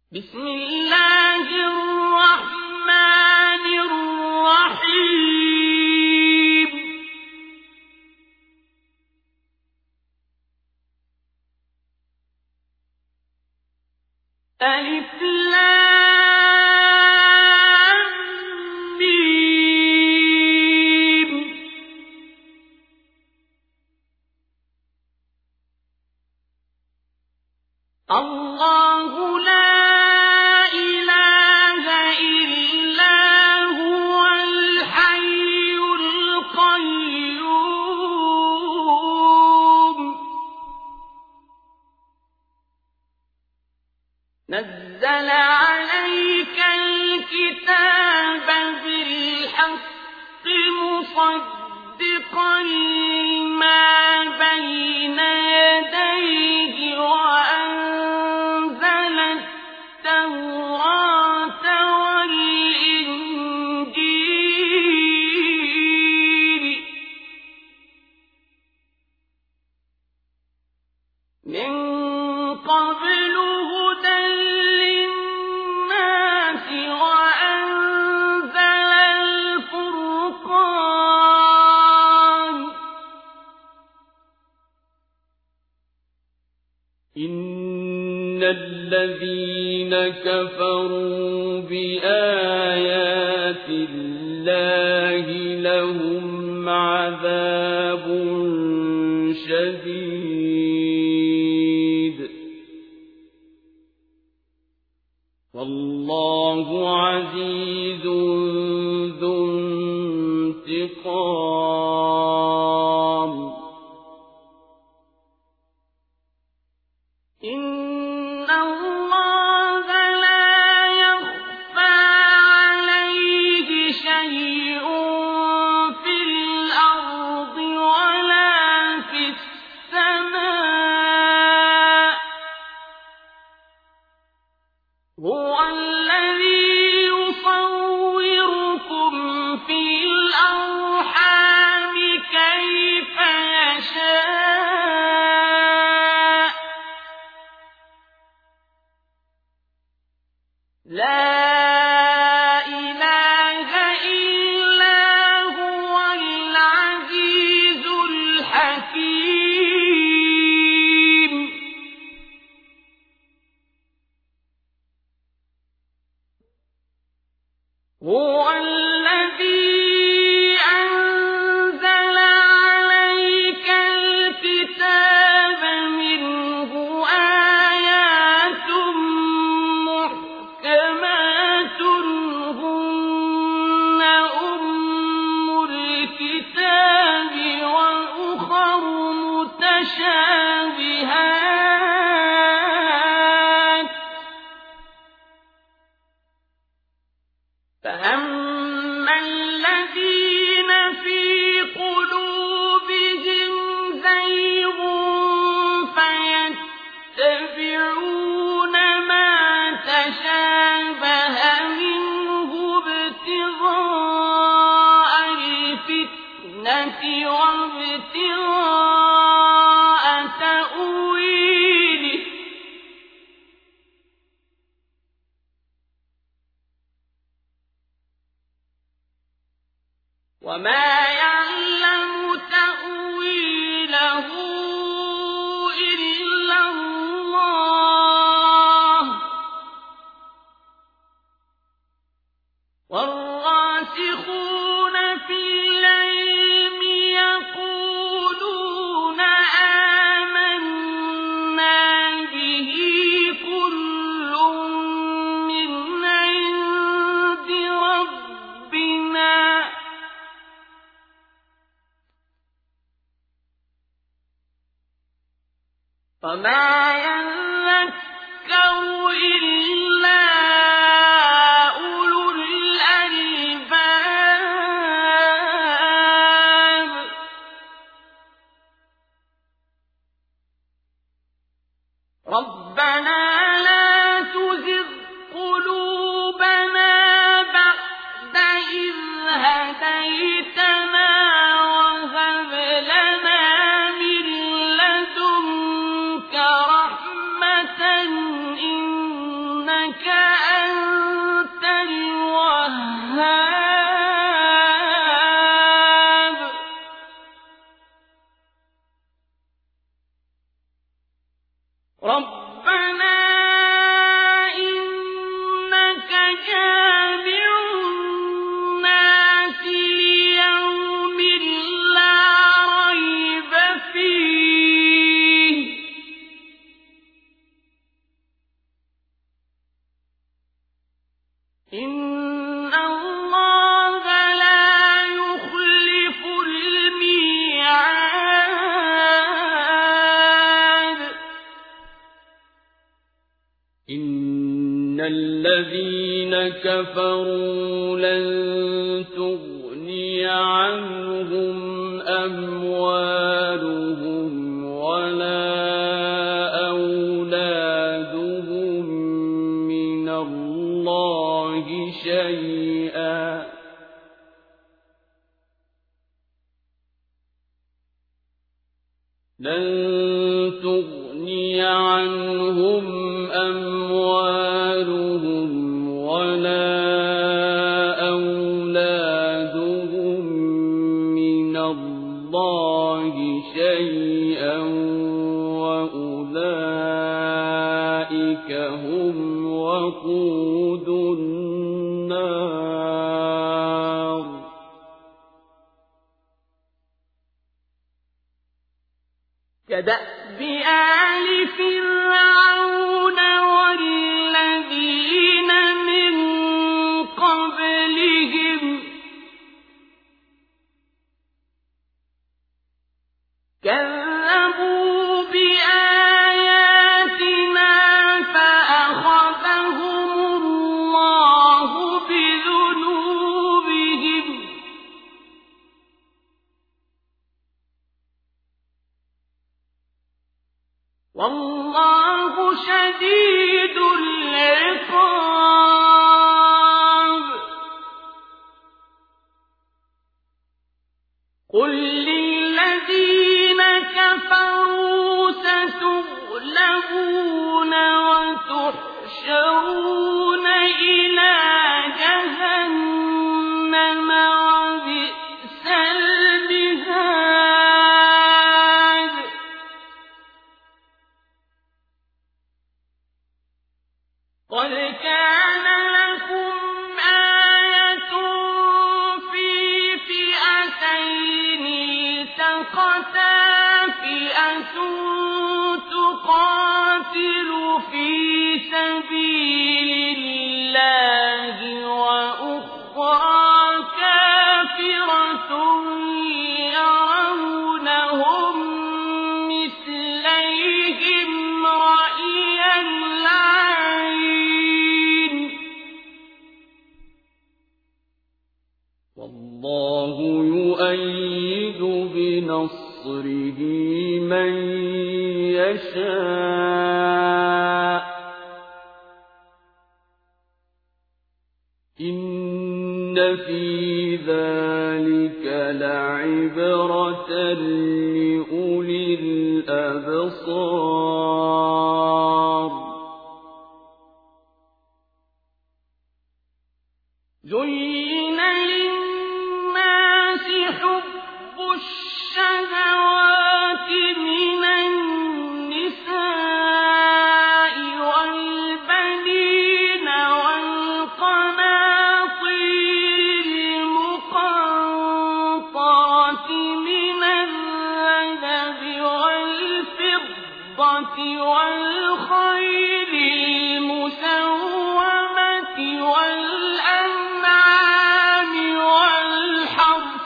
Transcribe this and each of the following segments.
بسم الله الرحمن الرحيم ألف لام ميم الله لا نزل عليك الكتاب بالحق مصدقا لما بين يديه وأنزل التوراة والإنجيل من قبل إن الذين كفروا بآيات الله لهم عذاب شديد والله عزيز ذو انتقام إن الله لا يخفى عليه شيء في الأرض ولا في السماء هو الذي يصوركم في الأرحام كيف يشاء لا إله إلا هو العزيز الحكيم هو الذي أنزل عليك الكتاب منه آيات محكمات هن أم الكتاب وأخر متشابهات فأما الذين في قلوبهم زيغ فيتبعون ما تشابه منه ابتغاء الفتنة وابتغاء تأويله وما يعلم تأويله إلا الله والراسخون في العلم يقولون آمنا به كل من عند ربنا وما يذكر إلا أولو الألباب ربنا لا تزغ قلوبنا بعد إذ هديتنا وهب لنا من لدنك رحمة إنك أنت الوهاب ربنا إنك جامع الناس ليوم لا ريب فيه إن الله لا يخلف الميعاد إن الذين كفروا لن تغني عنهم أموالهم ولا أولادهم من الله شيئا لن تغني عنهم أموالهم ولا أولادهم من الله شيئا وأولئك هم وقود النار كدأب آل فرعون والذين من قبلهم كذبوا بآياتنا فأخذهم الله بذنوبهم والله شديد العقاب قل للذين كفروا ستغلبون وتحشرون إلى جهنم وبئس المهاد قد كان لكم آية في فئتين التقتا فئة تقاتل في سبيل الله وأخرى كافرة يرونهم مثليهم رأي العين والله يؤيد بنصره من يشاء إن في ذلك لعبرة لأولي الأبصار زين للناس حب الشهوات من النساء والبنين والقناطير المقنطرة من الذهب والفضة والخيل المسومة والأنعام والحرث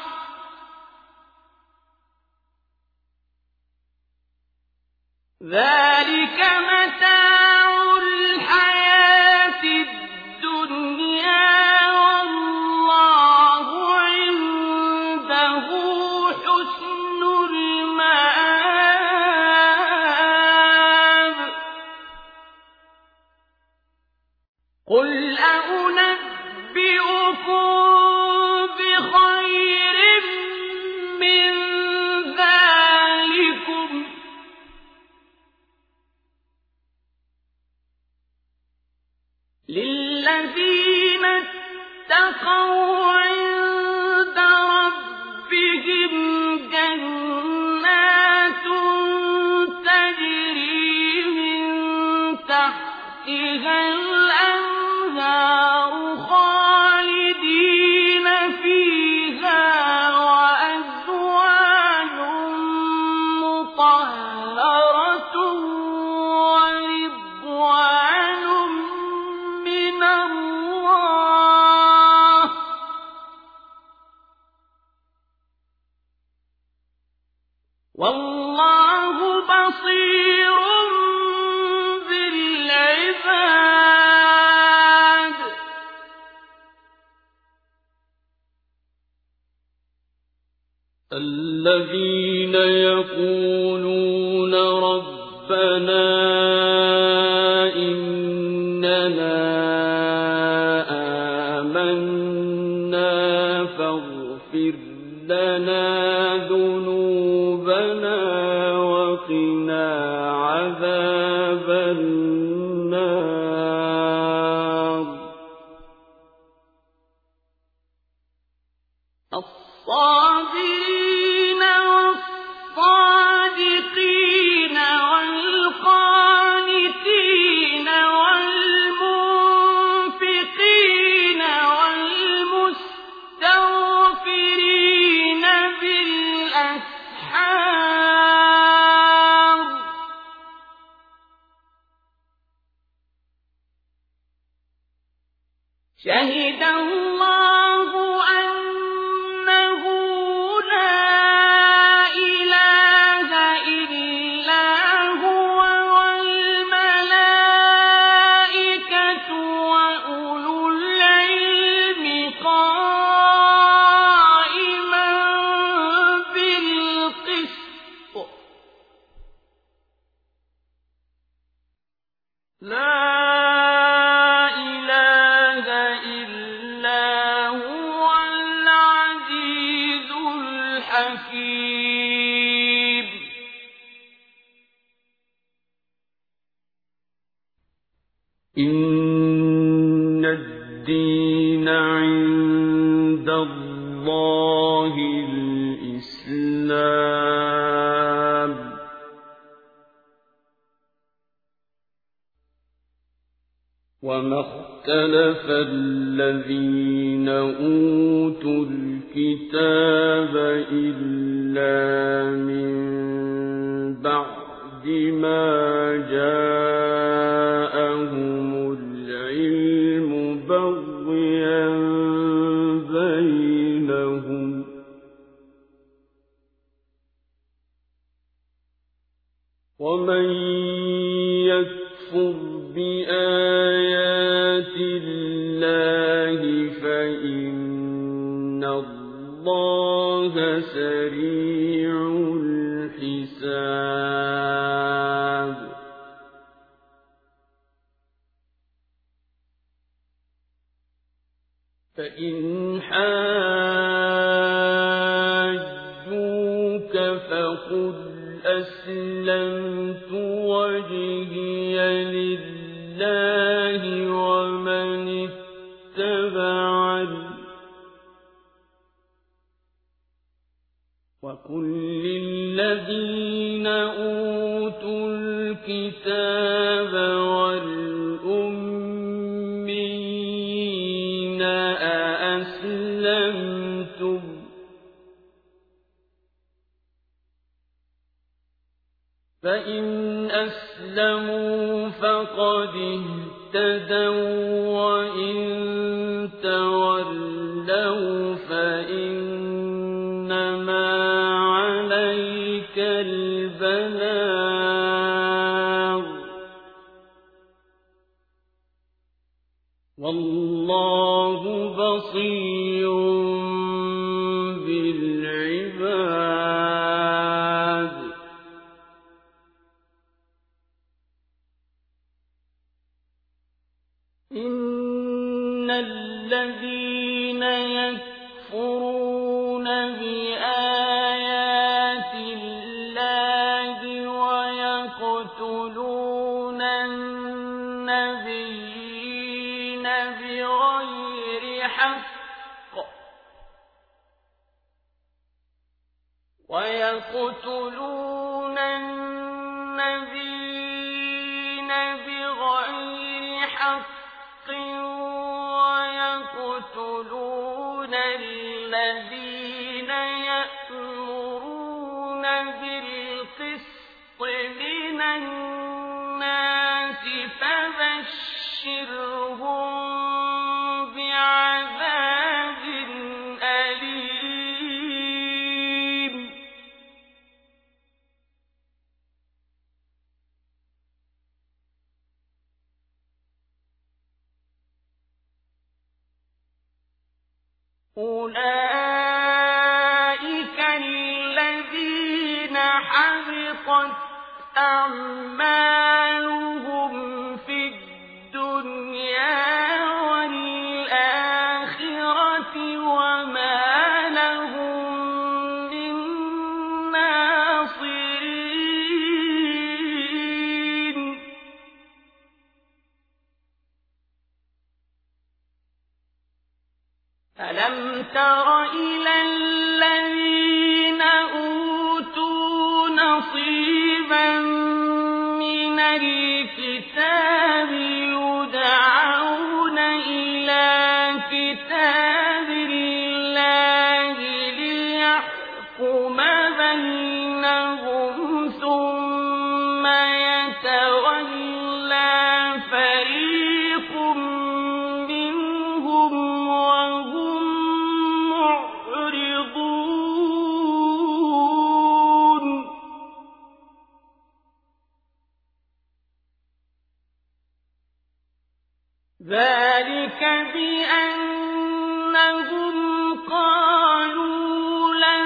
ذلك متاع الحياة الدنيا والله عنده حسن المآب قل أنبئكم بخير من ذلكم للذين اتقوا عند ربهم جنات تجري من تحتها الأنهار خالدين فيها وأزواج مطهرة ورضوان من الله والله بصير بالعباد الذين يقولون ربنا إننا آمنا فاغفر لنا ذنوبنا وقنا عذاب النار الصابرين والصادقين والقانتين والمنفقين والمستغفرين بالأسحار شهد الله أنه لا إله إلا هو والملائكة وأولو العلم قائما بالقسط لا إله إلا هو العزيز الحكيم إن الدين عند الله الإسلام وما اختلف الذين أوتوا الكتاب إلا من بعد ما جاءهم العلم بغيا بينهم ومن يكفر بآيات الله فإن الله سريع الحساب فإن حاجوك فقل أسلمت وجهي لله ومن اتبعني وقل للذين أوتوا الكتاب والأميين أأسلمتم فإن أسلموا فقد اهتدوا وإن تولوا فإنما عليك البلاغ والله بصير بالعباد إن الذين يكفرون بآيات الله ويقتلون النبيين بغير حق ويقتلون النبيين بغير حق ويقتلون الذين يأمرون بالقسط من الناس فبشرهم بعذاب أليم أولئك الذين حبطت أعمالهم في الدنيا والآخرة وما لهم من ناصرين ألم تر إلى الذين أوتوا نصيبا من الكتاب يدعون إلى كتاب الله ليحكم بينهم ثم يتولى فريق منهم وهم معرضون ذلك بأنهم قالوا لن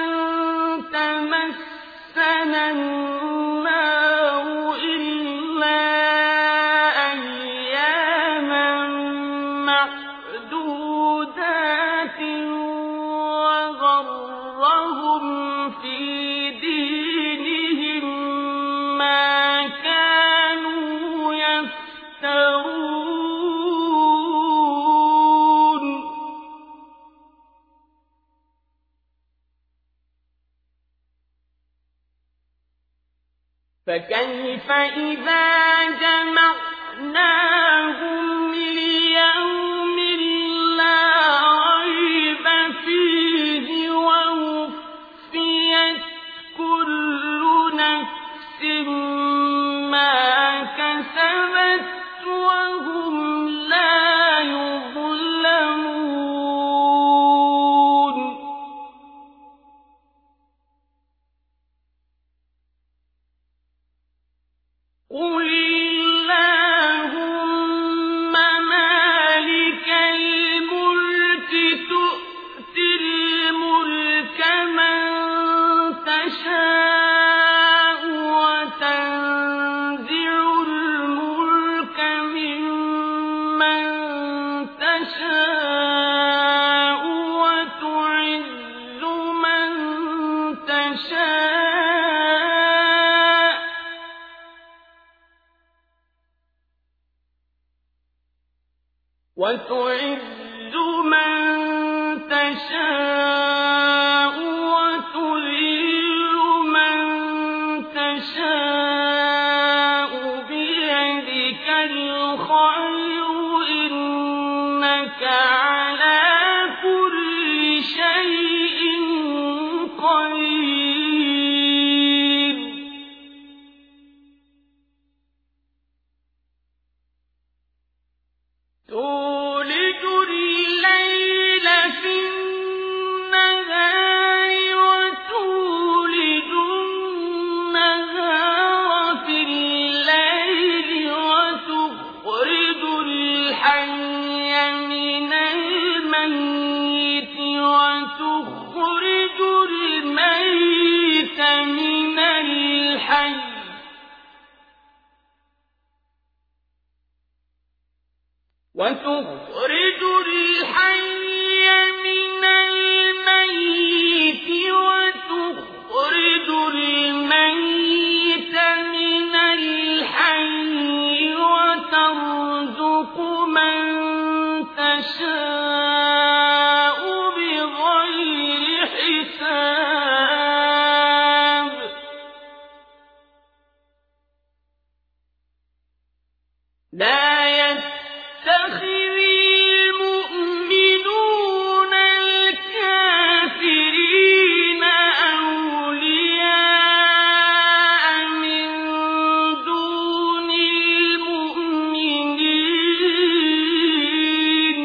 تمسنا النار إلا أياما معدودات وغرهم في دينهم ما كانوا يفترون فكيف إذا جمعناهم ليوم لا ريب فيه ووفيت كل نفس ما كسبت وهم لا يظلمون قل اللهم مالك الملك تؤتي الملك من تشاء وتنزع الملك ممن تشاء وتعز من تشاء وتعز من تشاء وتذل من تشاء بيدك الخير إنك على كل شيء قدير تولج الليل في النهار وتولج النهار في الليل وتخرج الحي من الميت وتخرج الميت من الحي وتخرج الحي من الميت وتخرج الميت من الحي وترزق من تَشَاءُ بِغَيْرِ حِسَابٍ لَا يَتَّخِذِ الْمُؤْمِنُونَ الْكَافِرِينَ أَوْلِيَاءَ مِن دُونِ الْمُؤْمِنِينَ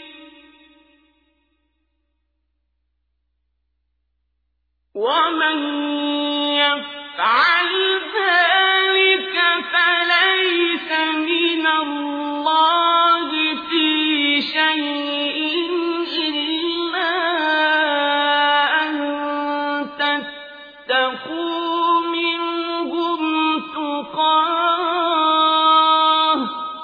وَمَن يَفْعَلْ ذَلِكَ فَلَيْسَ مِنَ اللَّهِ فِي شَيْءٍ إِلَّا أَن تَتَّقُوا مِنْهُمْ تُقَاةً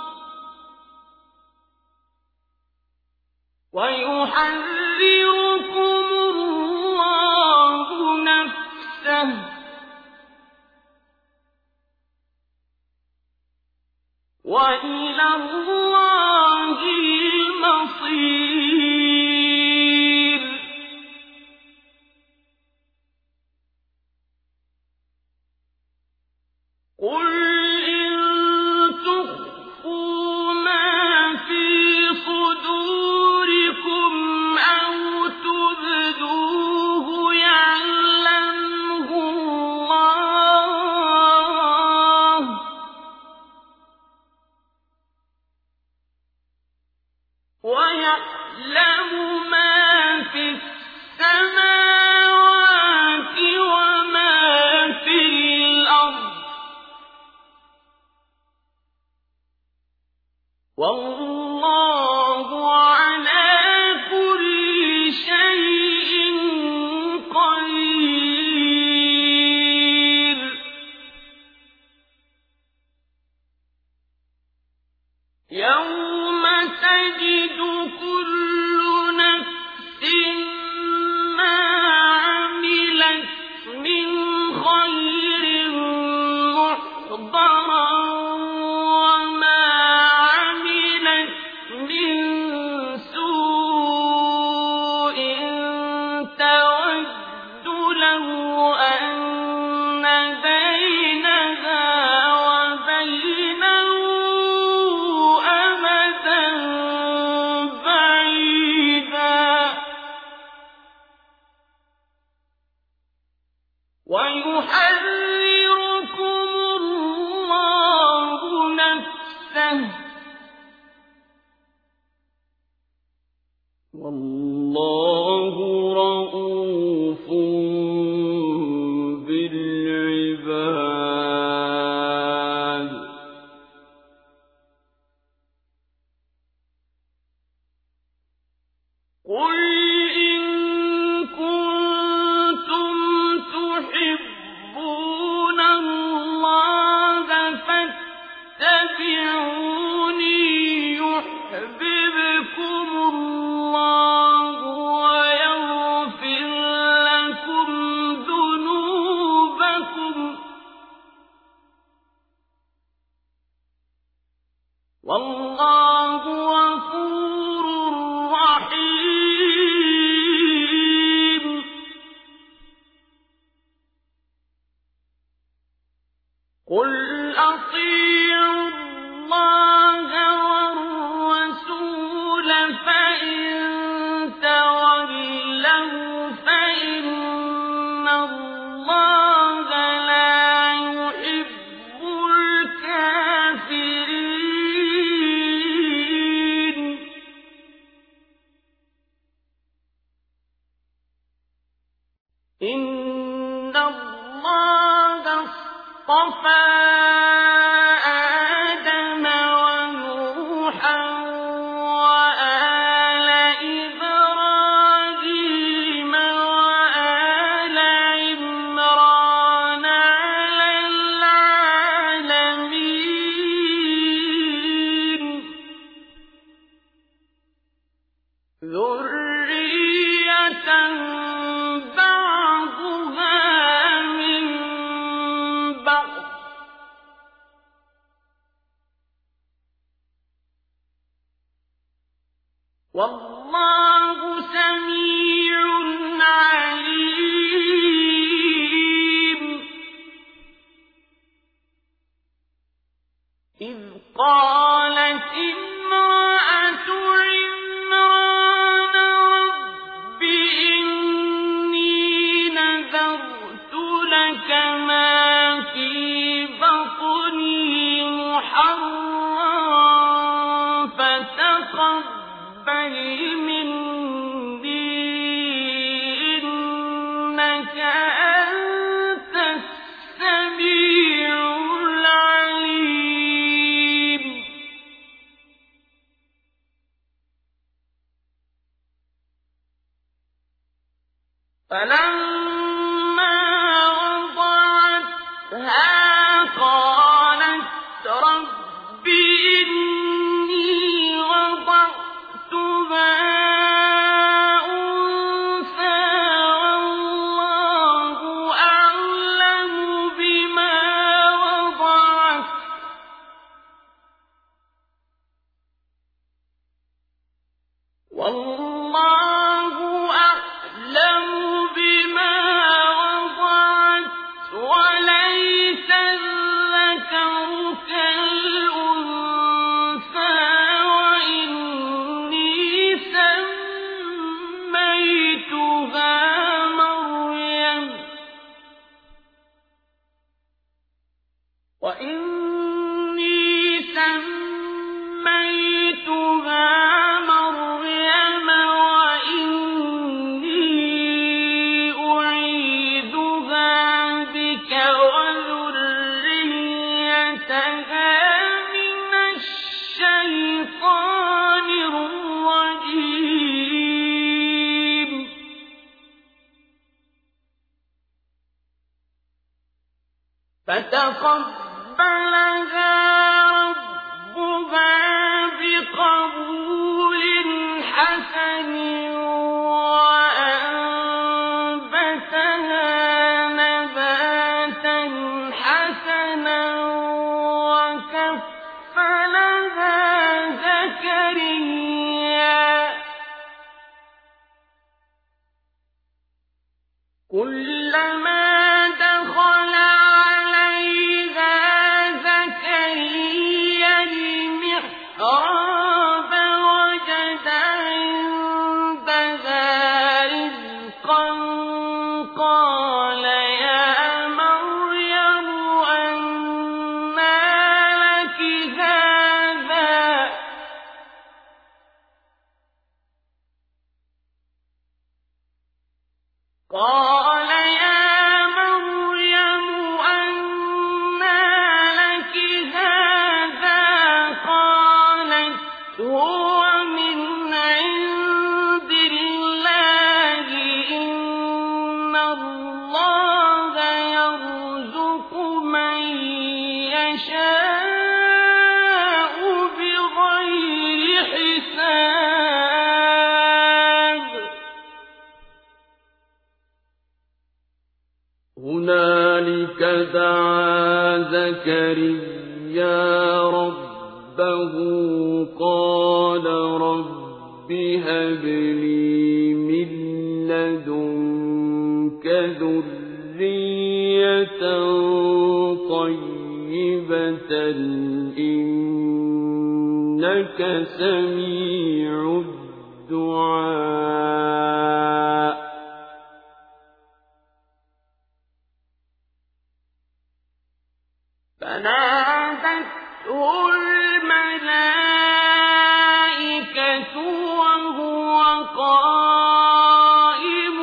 وَيُحَذِّرُكُمُ اللَّهُ نَفْسَهُ ۗ وَإِلَى اللَّهِ الْمَصِيرُ قُلْ إِن تُخْفُوا مَا فِي صُدُورِكُمْ أَوْ تُبْدُوهُ يَعْلَمْهُ اللَّهُ ۗ وَيَعْلَمُ مَا فِي السَّمَاوَاتِ وَمَا فِي الْأَرْضِ ۗ وَاللَّهُ عَلَىٰ كُلِّ شَيْءٍ قَدِيرٌ يَوْمَ تَجِدُ كُلُّ نَفْسٍ مَّا عَمِلَتْ مِنْ خَيْرٍ مُّحْضَرًا وَمَا عَمِلَتْ مِن سُوءٍ تَوَدُّ لَوْ أَنَّ بَيْنَهَا وَبَيْنَهُ أَمَدًا بَعِيدًا وَيُحَذِّرُكُمُ اللَّهُ نَفْسَهُ ۗ وَاللَّهُ رَءُوفٌ بِالْعِبَادِ قُلْ إِن كُنتُمْ تُحِبُّونَ اللَّهَ فَاتَّبِعُونِي يُحْبِبْكُمُ اللَّهُ وَيَغْفِرْ لَكُمْ ذُنُوبَكُمْ ۗ وَاللَّهُ غَفُورٌ رَّحِيمٌ قُلْ أَطِيعُوا اللَّهَ وَالرَّسُولَ فَإِن تَوَلَّوْا فَإِنَّ اللَّهَ لَا يُحِبُّ الْكَافِرِينَ إِنَّ اللَّهَ اصْطَفَىٰ آدَمَ وَنُوحًا وَآلَ إِبْرَاهِيمَ وَآلَ عِمْرَانَ عَلَى الْعَالَمِينَ ذُرِّيَّةً بَعْضُهَا مِن بَعْضٍ ۗ والله سميع عليم إذ قالت امرأة عمران رب إني نذرت لك ما في بطني محررا فتقبل مني إنك أنت السميع العليم فلما وضعتها قالت رب إني وضعتها أنثى والله أعلم بما وضعت والله أعلم بما وضعت وليس الذكر كالأنثى وإني سميتها مريم وإني أعيذها بك وذريتها من الشيطان الرجيم فتقبلها ربها بقبول حسن وأنبتها نباتا حسنا وكفلها زكريا كلما دخل عليها زكريا المحراب وجد عندها رزقا قال يا مريم أنى لك هذا قال يا مريم أنى لك هذا قالت هو من عند الله إن الله يرزق من يشاء بغير حساب هنالك دعا زكريا ربه قال رب هب لي من لدنك ذرية طيبة إنك سميع الدعاء فنادته الملائكة وهو قائم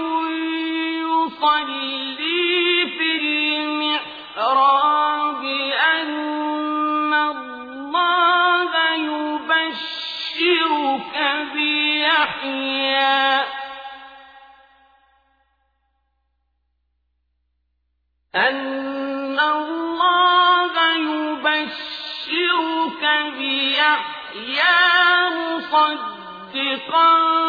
يصلي في المحراب أن الله يبشرك بيحيى أن الله يبشرك بيحيى مصدقا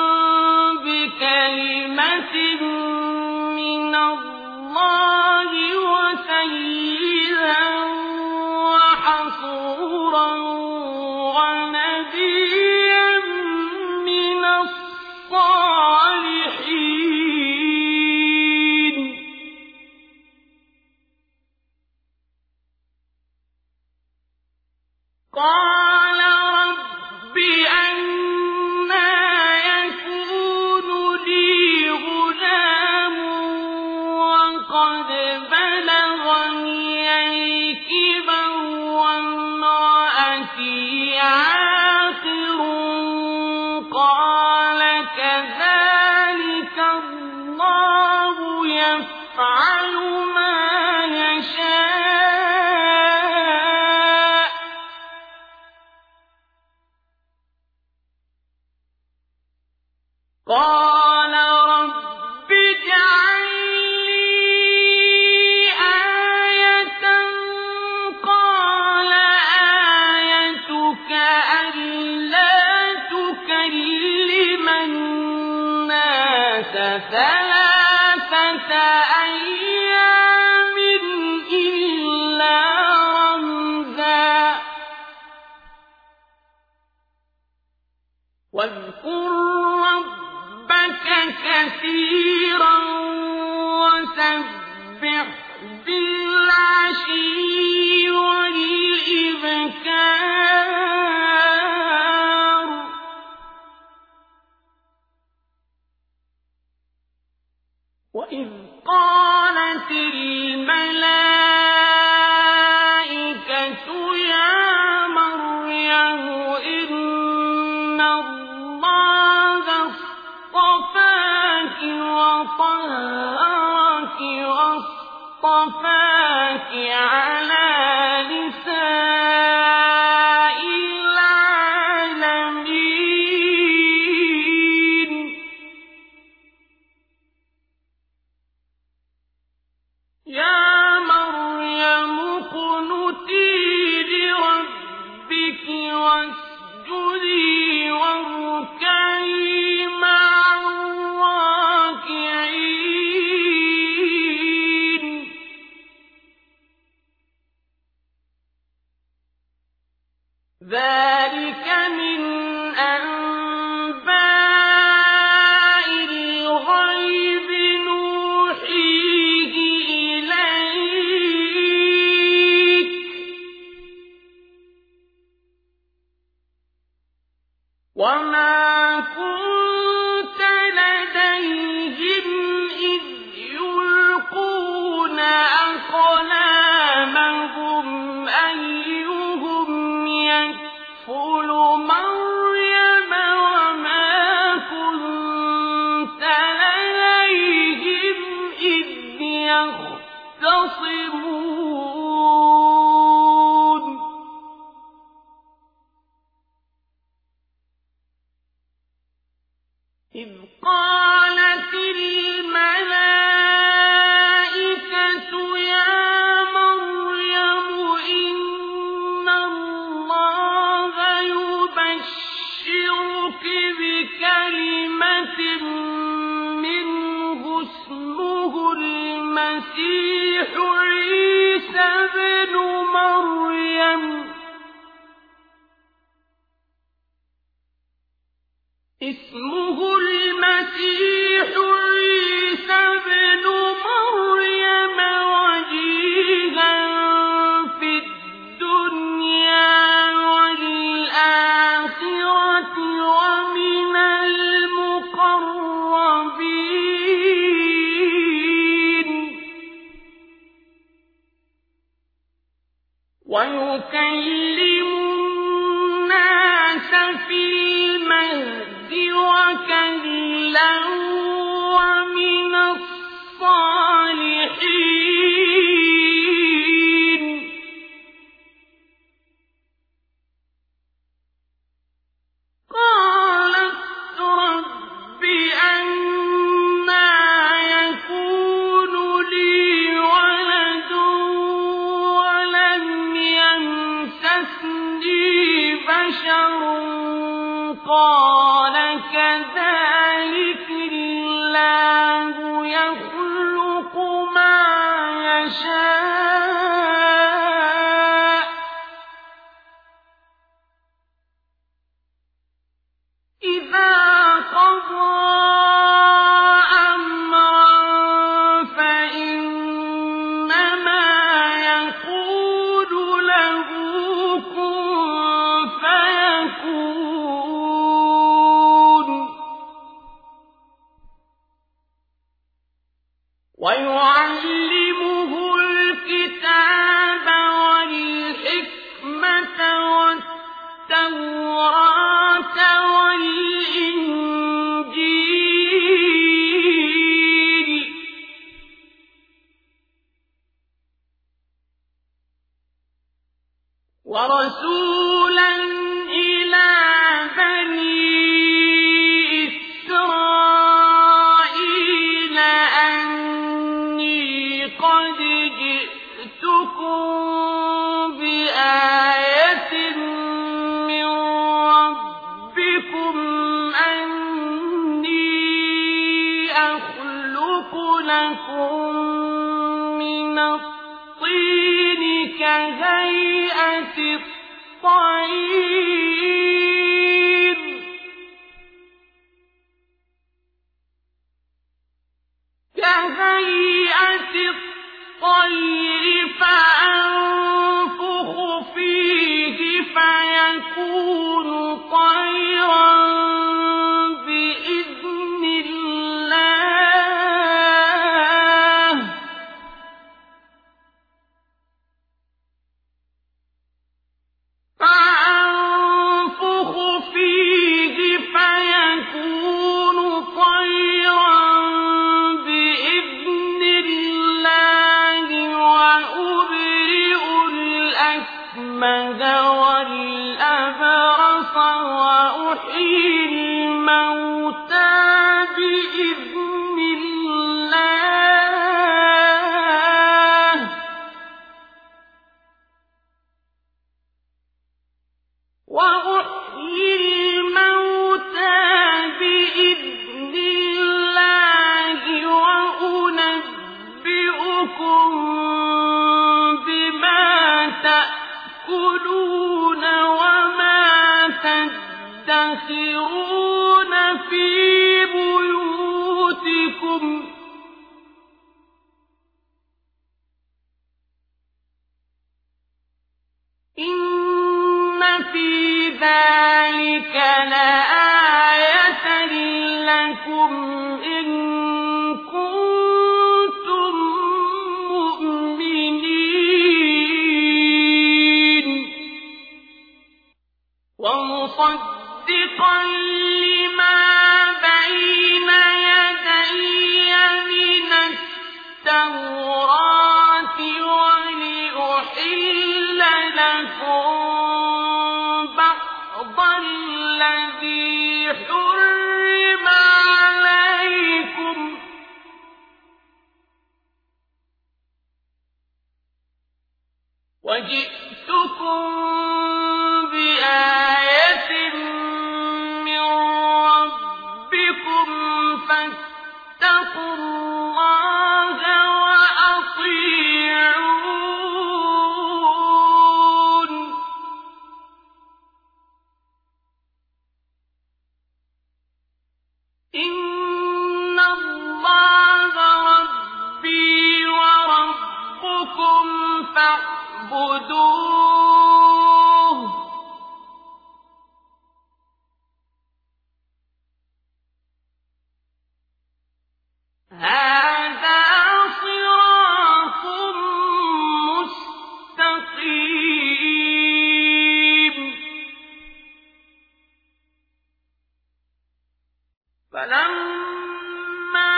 بكلمة من الله وسيدا وحصورا ونبيا من كَذَٰلِكَ اللَّهُ يَفْعَلُ مَا يَشَاءُ قَالَ رَبِّ اجْعَل لِّي آيَةً قَالَ آيَتُكَ أَلَّا تُكَلِّمَ النَّاسَ ثَلَاثَةَ أَيَّامٍ إِلَّا رَمْزًا ۗ وَاذْكُر رَّبَّكَ كَثِيرًا وَسَبِّحْ بِالْعَشِيِّ وَالْإِبْكَارِ وَإِذْ قَالَتِ الْمَلَائِكَةُ يَا مَرْيَمُ إِنَّ اللَّهَ اصْطَفَاكِ وَطَهَّرَكِ وَاصْطَفَاكِ عَلَىٰ نِسَاءِ الْعَالَمِينَ يَا مَرْيَمُ اقْنُتِي لِرَبِّكِ وَاسْجُدِي وَارْكَعِي مَعَ الرَّاكِعِينَ ذَٰلِكَ مِنْ أَنبَاءِ الْغَيْبِ نُوحِيهِ إِلَيْكَ ۖ وَمَا كُنتَ لَدَيْهِمْ إِذْ يُلْقُونَ أَقْلَامَهُمْ أَيُّهُمْ يَكْفُلُ مَرْيَمَ وَمَا كُنتَ لَدَيْهِمْ إِذْ يَخْتَصِمُونَ إِذْ قَالَتِ الْمَلَائِكَةُ يَا مَرْيَمُ إِنَّ اللَّهَ يُبَشِّرُكِ بِكَلِمَةٍ مِّنْهُ اسْمُهُ الْمَسِيحُ عِيسَى ابْنُ مَرْيَمَ وَجِيهًا فِي الدُّنْيَا وَالْآخِرَةِ وَمِنَ الْمُقَرَّبِينَ وَيُكَلِّمُ النَّاسَ فِي الْمَهْدِ وَكَهْلًا وَمِنَ الصَّالِحِينَ قَالَتْ رَبِّ أَنَّىٰ يَكُونُ لِي وَلَدٌ وَلَمْ يَمْسَسْنِي بَشَرٌ قَالَ كَذَٰلِكِ اللَّهُ يَخْلُقُ مَا يَشَاءُ ۚ إِذَا قَضَىٰ أَمْرًا فَإِنَّمَا يَقُولُ لَهُ كُن فَيَكُونُ لكم من الطين كهيئة الطير فأنفخ فيه فيكون طيرا بإذن الله وأبرئ الأكمه والأبرص وأحيي الموتى بإذن الله وأنبئكم بما تأكلون وما تدخرون في بيوتكم إن في ذلك لآية لكم إن كنتم مؤمنين ومصدقا لما بين يدي من التوراة ولأحل لكم بعض الذي حرم عليكم وجئتكم بآية من ربكم فاتقوا الله وأطيعون إن الله ربي وربكم فاعبدوه هذا صراط مستقيم فلما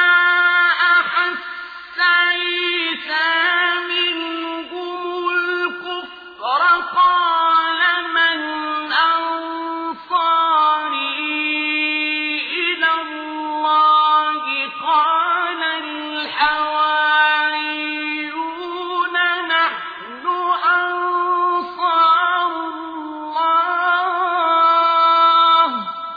أحس عيسى منهم الكفر قال من أنصاري إلى الله قال الحواريون نحن أنصار الله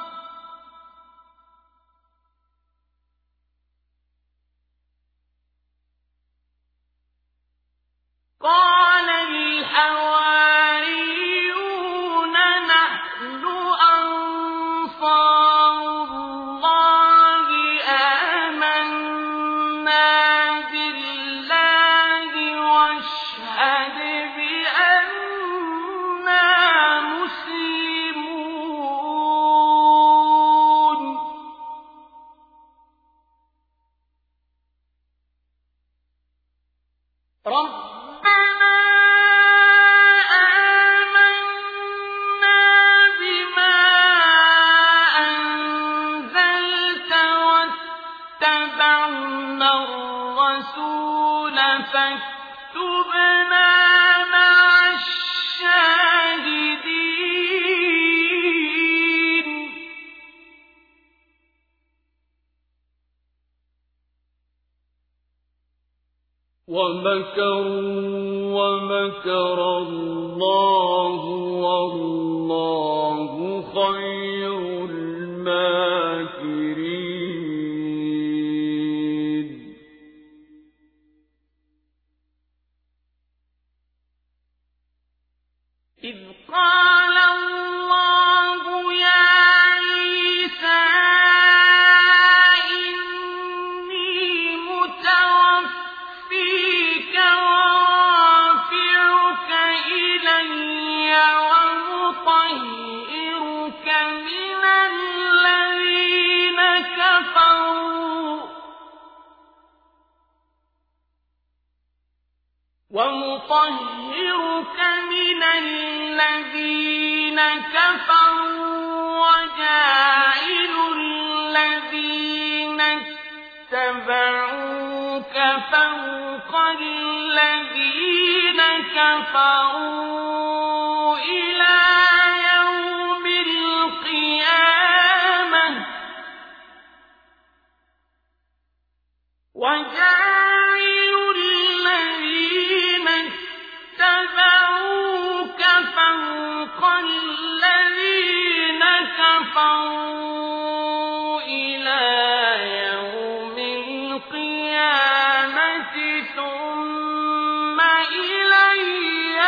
قال الحواريون نحن أنصار الله آمنا بالله واشهد بأننا مسلمون ربنا آمنا بما أنزلت واتبعنا الرسول فاكتبنا مع الشاهدين ومكروا ومكر الله والله خير الماكرين وَنُطَهِّرُكَ مِنَ الَّذِينَ كَفَرُوا وَجَاعِلُ الَّذِينَ اتَّبَعُوكَ فَوْقَ الَّذِينَ كَفَرُوا إِلَى يَوْمِ الْقِيَامَةِ وَجَاعِلُ الَّذِينَ اتَّبَعُوكَ فَوْقَ الَّذِينَ كَفَرُوا إِلَى يَوْمِ الْقِيَامَةِ ثُمَّ إِلَيَّ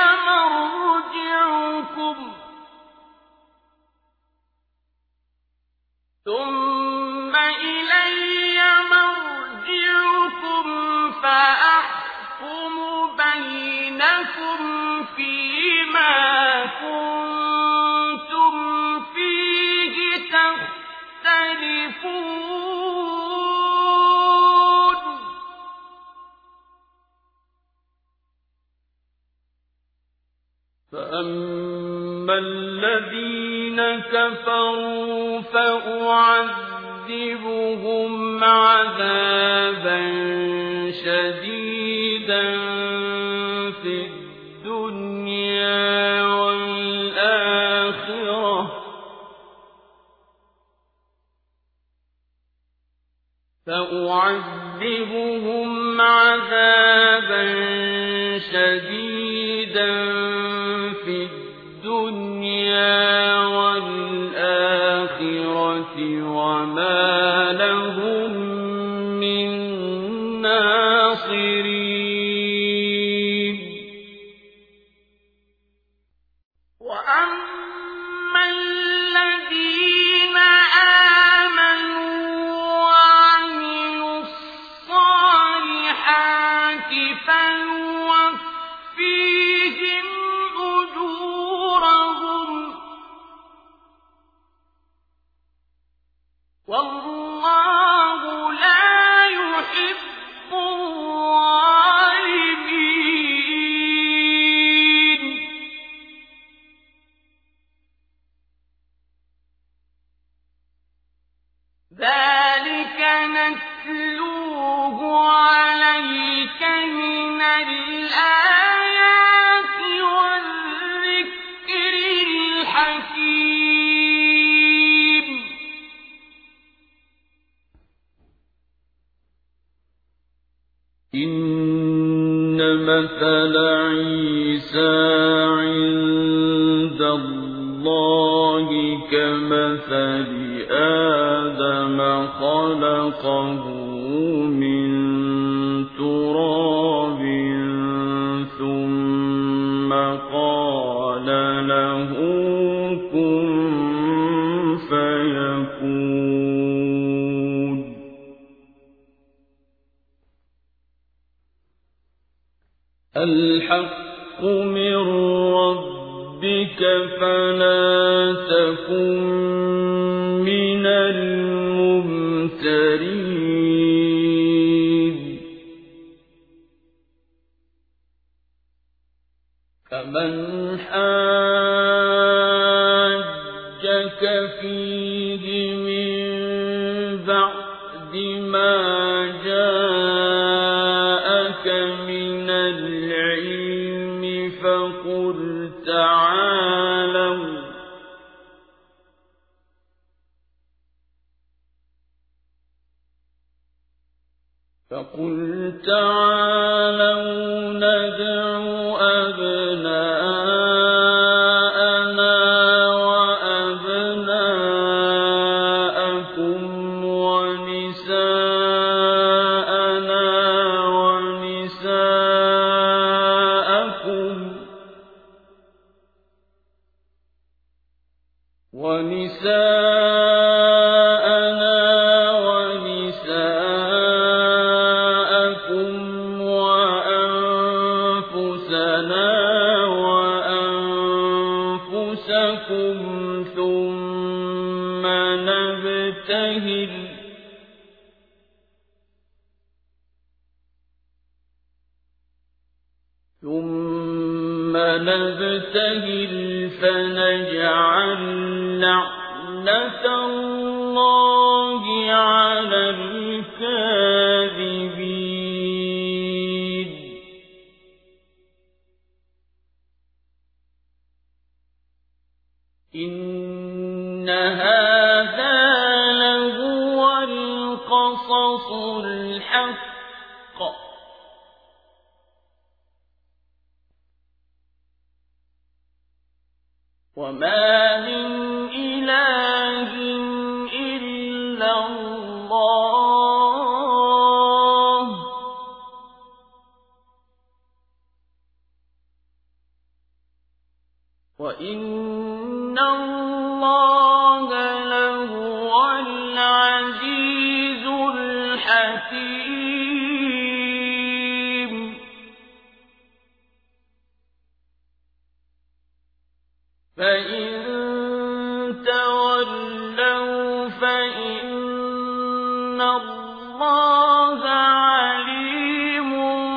مرجعكم فأحكم بينكم فيما كنتم فيه تختلفون فأما الذين كفروا فأعذبهم عذابا شديدا في الدنيا والآخرة وما لهم من ناصرين وأما الذين آمنوا وعملوا الصالحات فيوفيهم أجورهم والله لا يحب الظالمين ذلك نتلوه عليك من الآيات والذكر الحكيم إن مثل عيسى عند الله كمثل آدم خلقه من تراب ثم قال له كن فيكون الحق من ربك فلا تكن من الممترين فمن حاجك فيه من بعد ما جاءك من العلم فقل تعالوا ندع أبناءنا وأبناءكم ونساءنا ونساءكم وأنفسنا وأنفسكم ثم نبتهل ثم نبتهل فنجعل لعنة الله على الكاذبين إن هذا لهو القصص الحق وما من إله إلا الله وإن الله لهو العزيز الحكيم فإن تولوا فإن الله عليم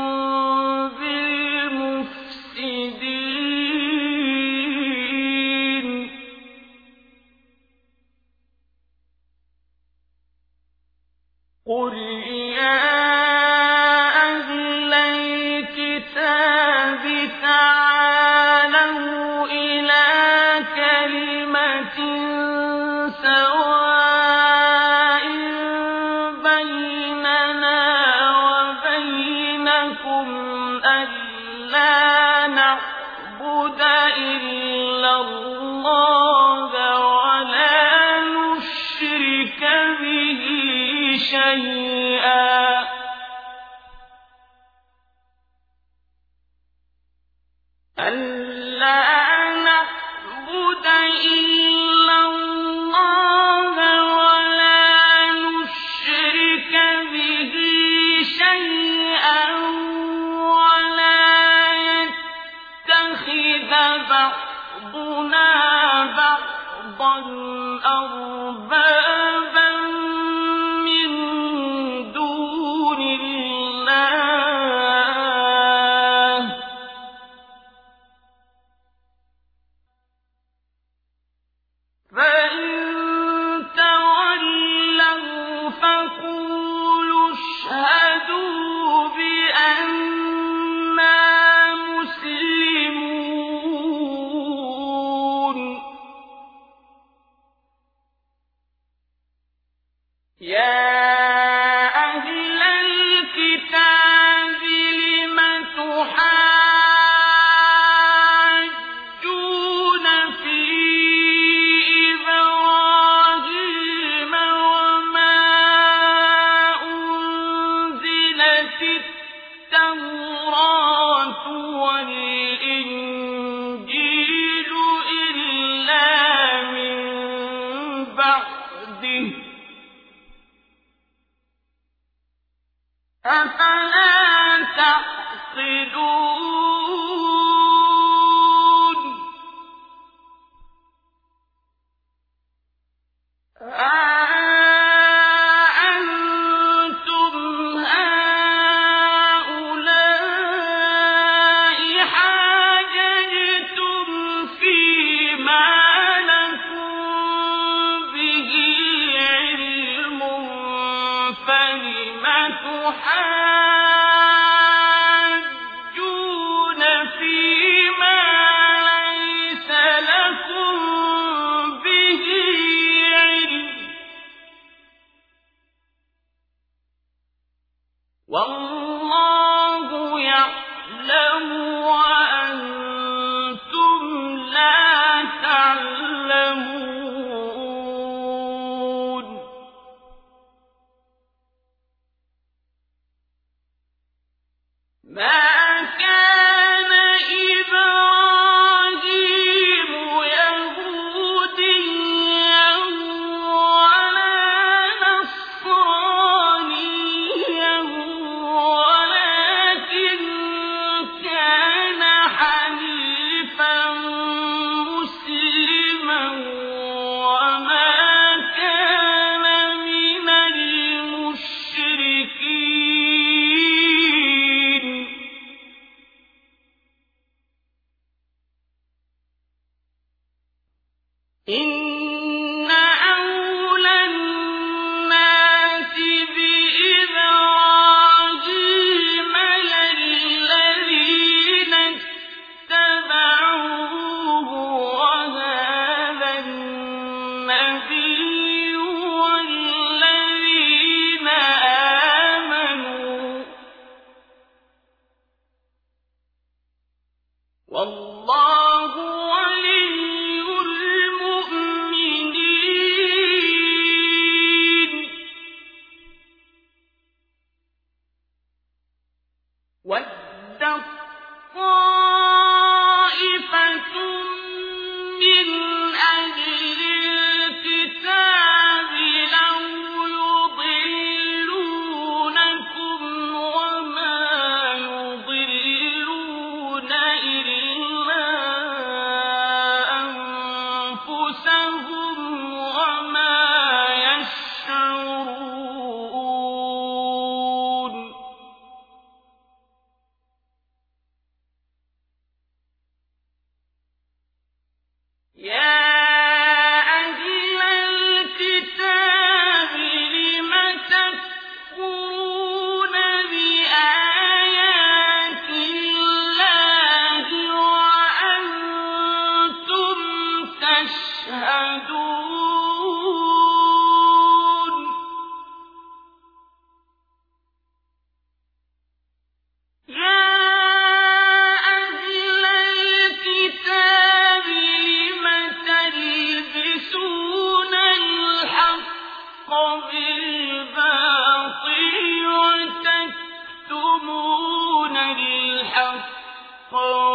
بالمفسدين قل يا أهل الكتاب تعالوا إلى كلمة سواء بيننا وبينكم ألا نعبد إلا الله ولا نشرك به شيئا بعضنا بعضا أربابا من دون الله فإن تولوا فقولوا اشهدوا بأننا مسلمون يا أهل الكتاب لم تحاجون في إبراهيم وما أنزلت التوراة والإنجيل إلا من بعده أفلا تعقلون أأنتم هؤلاء حاججتم فيما لكم به علم فلم تحاجون فيما ليس لكم به علم والله يعلم وأنتم لا تعلمون ما كان إبراهيم يهوديا ولا نصرانيا بالباطل وتكتمون الحق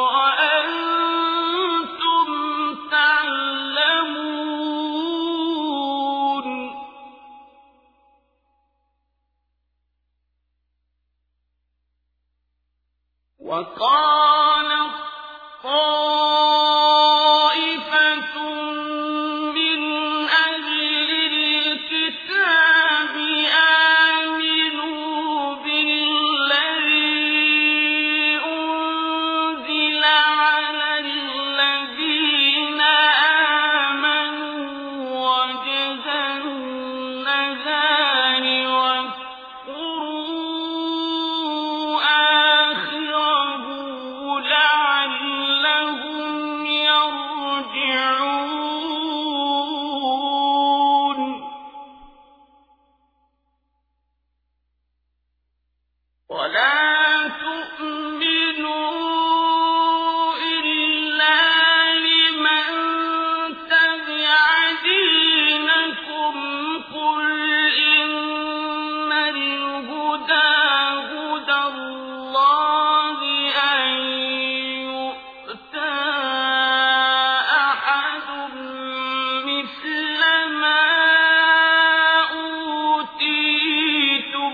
وأنتم تعلمون وقالت طائفة من أهل الكتاب آمنوا بالذي أنزل على الذين آمنوا وجه النهار واكفروا آخره لعلهم يرجعون ولا تؤمنوا إلا لمن تبع دينكم قل إن الهدى هدى الله أن يؤتى أحد مثل ما أوتيتم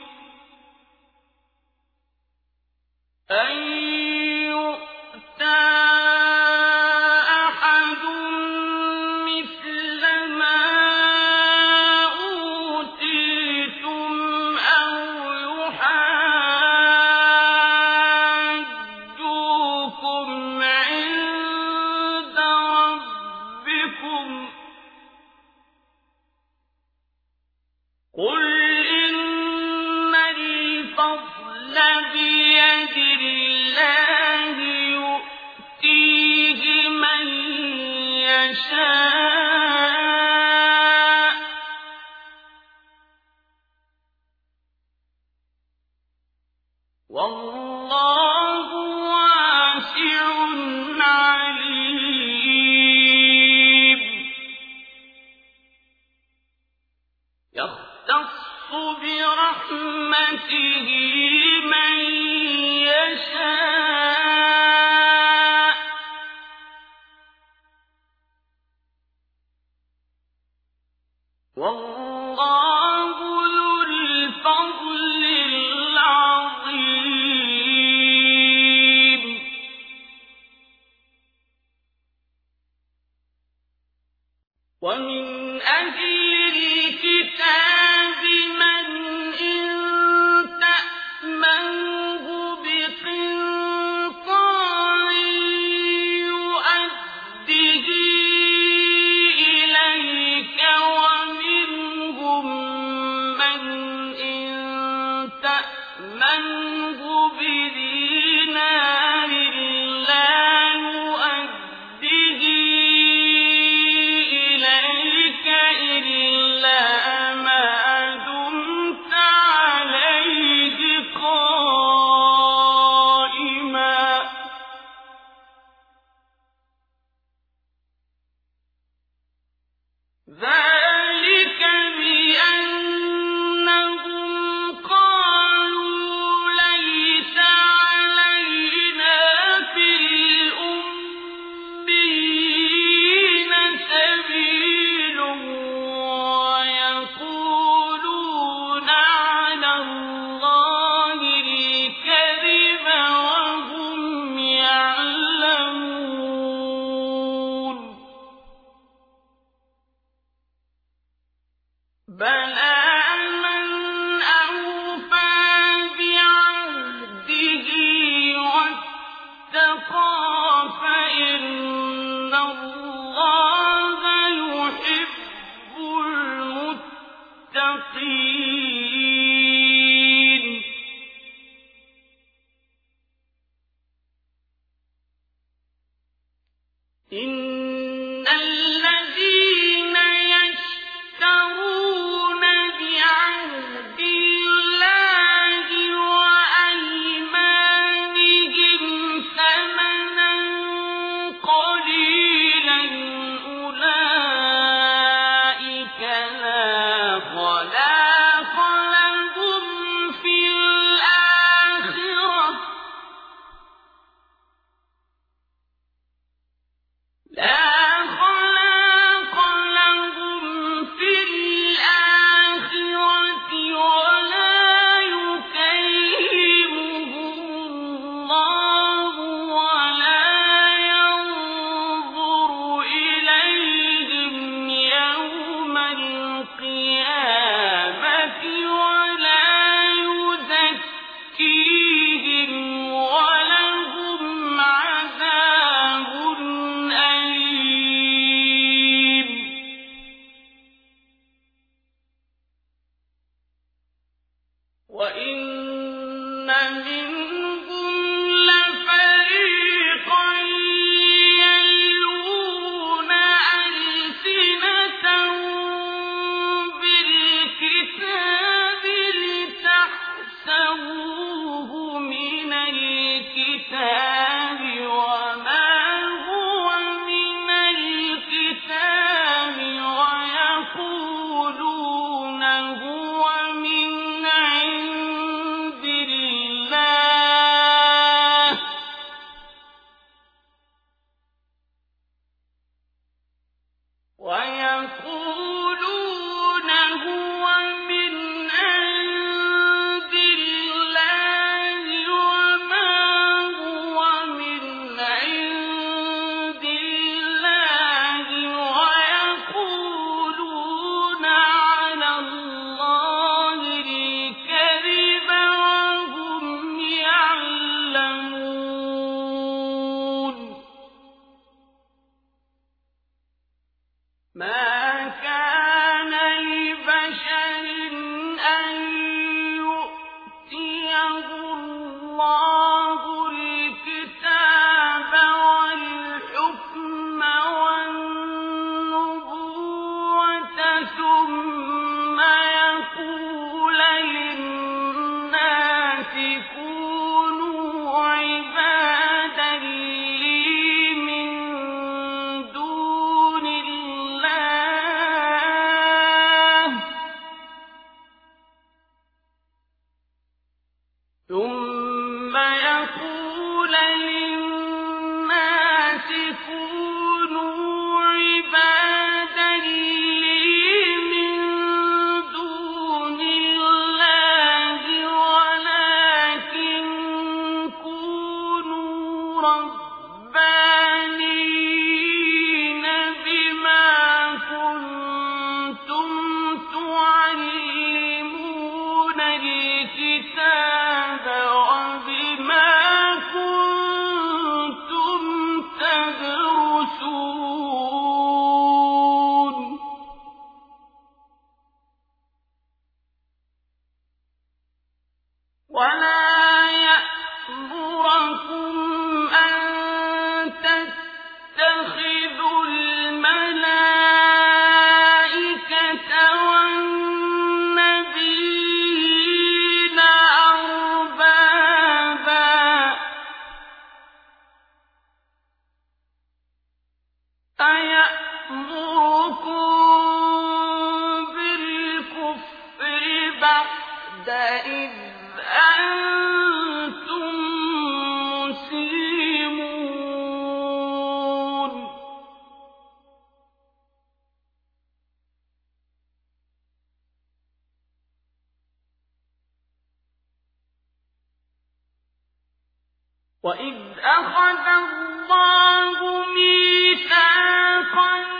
أو يحاجوكم عند ربكم قل إن الفضل بيد الله يؤتيه من يشاء والله واسع عليم يختص برحمته من يشاء والله ذو الفضل العظيم ومن أهل الكتاب من إن تأمنه بقنطار يؤده إليك ومنهم من إن تأمنه بدينار لا يؤده إليك إلا ما دمت عليه قائما ذلك بأنهم قالوا ليس علينا في الأميين سبيل ويقولون على الله الكذب وهم يعلمون بلى من أوفى بعهده واتقى فإن الله يحب المتقين إن الذين يشترون بعهد الله وأيمانهم ثمنا قليلا أولئك لا وَإِنَّ مِنْهُمْ لَفَرِيقًا يَلْوُونَ أَلْسِنَتَهُم بِالْكِتَابِ لِتَحْسَبُوهُ مِنَ الْكِتَابِ وَمَا هُوَ مِنَ الْكِتَابِ وَيَقُولُونَ هُوَ مِنْ عِندِ اللَّهِ وَمَا هُوَ مِنْ عِندِ اللَّهِ وَيَقُولُونَ عَلَى اللَّهِ الْكَذِبَ وَهُمْ يَعْلَمُونَ مَا كَانَ لِبَشَرٍ أَن يُؤْتِيَهُ اللَّهُ الْكِتَابَ وَالْحُكْمَ وَالنُّبُوَّةَ ثُمَّ يَقُولَ لِلنَّاسِ كُونُوا عِبَادًا لِّي مِن دُونِ اللَّهِ وَلَٰكِن كُونُوا رَبَّانِيِّينَ بِمَا كُنتُمْ تُعَلِّمُونَ الْكِتَابَ وَبِمَا كُنتُمْ تَدْرُسُونَ وَلَا يَأْمُرَكُمْ أَن تَتَّخِذُوا الْمَلَائِكَةَ وَالنَّبِيِّينَ أَرْبَابًا أَيَأْمُرُكُم بِالْكُفْرِ بَعْدَ إِذْ أَنتُم مُّسْلِمُونَ وَإِذْ أَخَذَ اللَّهُ مِيثَاقَ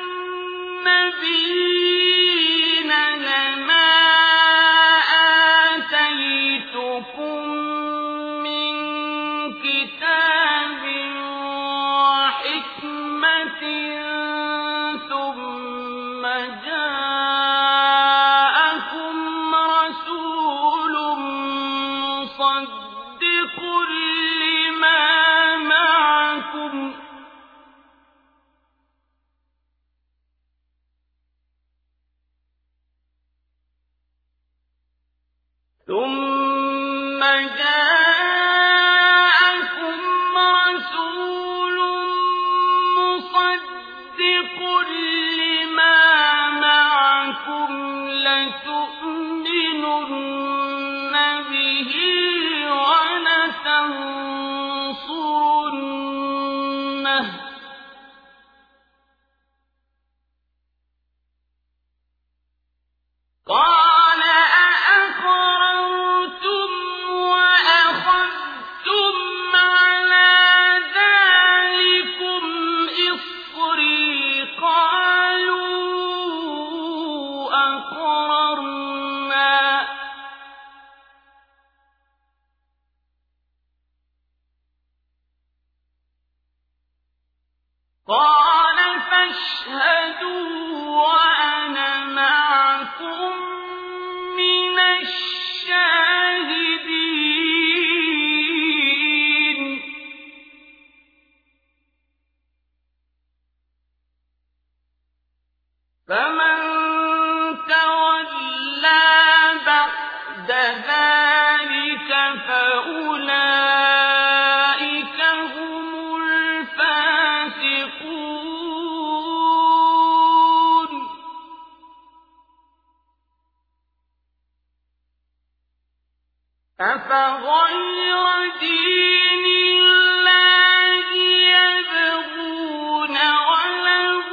النَّبِيِّينَ لَمَا آتَيْتُكُم مِّن كِتَابٍ وَحِكْمَةٍ ثُمَّ جَاءَكُمْ رَسُولٌ مُّصَدِّقٌ لِّمَا مَعَكُمْ لَتُؤْمِنُنَّ بِهِ وَلَتَنصُرُنَّهُ قَالَ أَأَقْرَرْتُمْ وَأَخَذْتُمْ عَلَىٰ ذَٰلِكُمْ إِصْرِي قَالُوا أَقْرَرْنَا قَالَ فَاشْهَدُوا وَأَنَا مَعَكُم مِّنَ الشَّاهِدِينَ شاهدين فمن تولى بعد ذلك فأولئك هم الفاسقون أفغير دين الله يبغون وله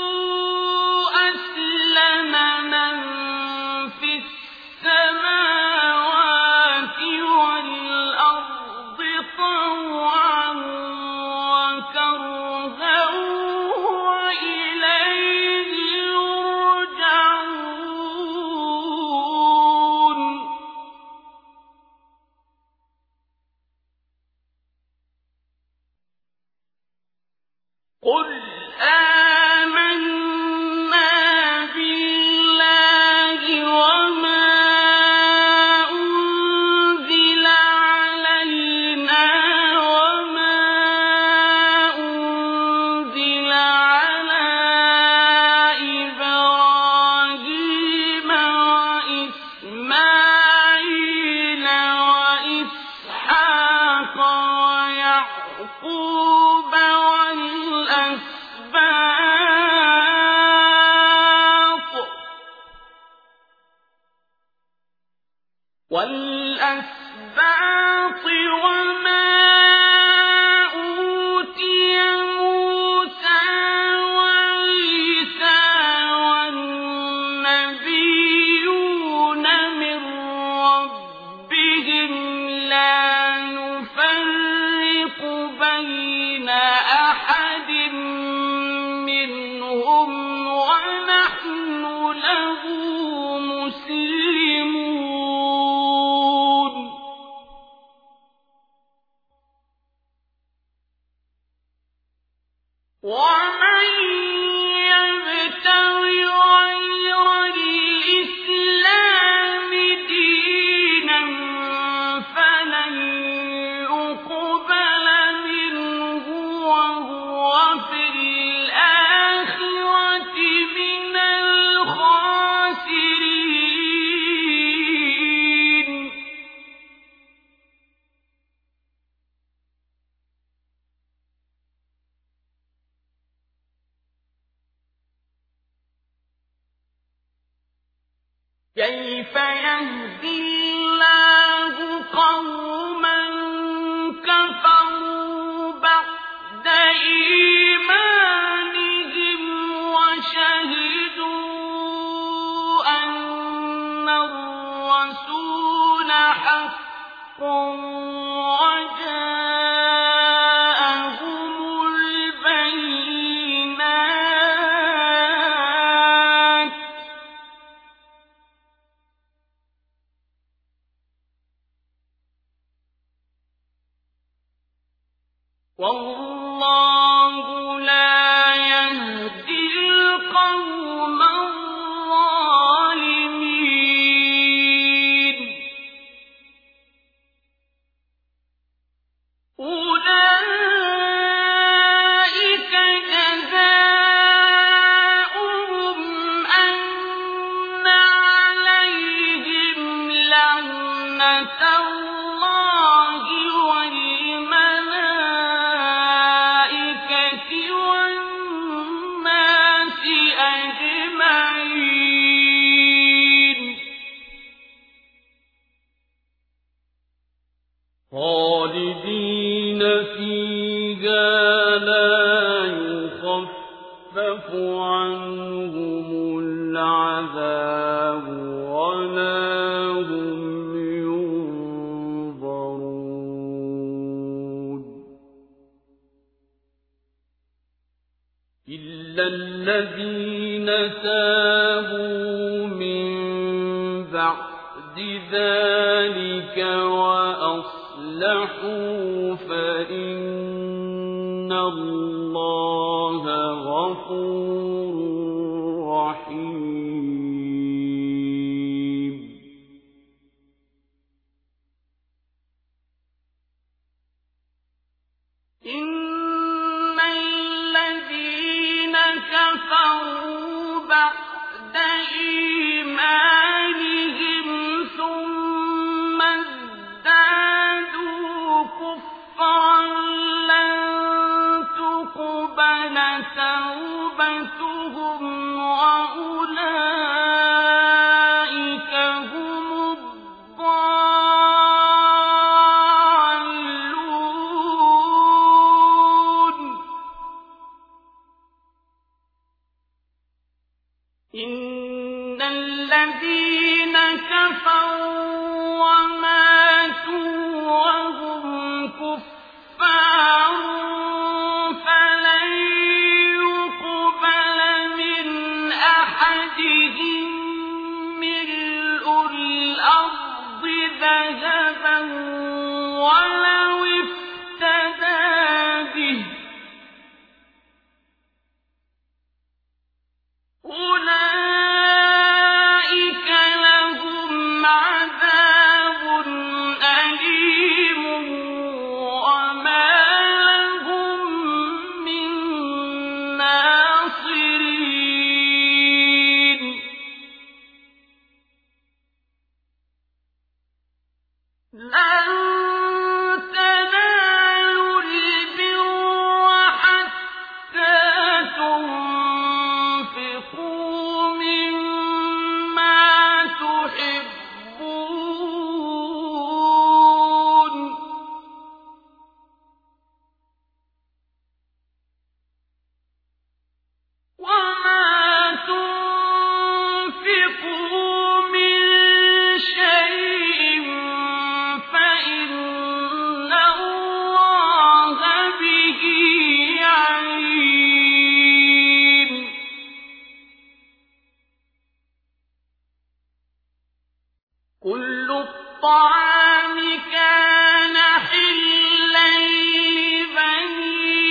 أسلم من في السماوات والأرض طوعا وكرها وإليه يرجعون قل آمنا بالله وما أنزل علينا وما أنزل على إبراهيم وإسماعيل وإسحاق ويعقوب والأسباط وما أوتي موسى وعيسى والنبيون من ربهم لا نفرق بين أحد منهم ونحن له مسلمون ومن يبتغ غير الإسلام دينا فلن يقبل منه وهو في الآخرة من الخاسرين كيف يهدي الله قوما كفروا بعد إيمانهم وشهدوا أن الرسول حق وجاءهم البينات والله لا يهدي القوم الظالمين أولئك جزاؤهم أن عليهم لعنة الله والملائكة والناس أجمعين خالدين فيها لا يخفف عنهم العذاب ولا هم ينظرون إلا الذين تابوا من بعد ذلك وأصلحوا فإن الله غفور رحيم لهبا ولو افتدى به أولئك لهم عذاب أليم وما لهم من ناصرين لن تنالوا البر حتى تنفقوا مما تحبون وما تنفقوا من شيء فإن الله به عليم كل الطعام كان حلا لبني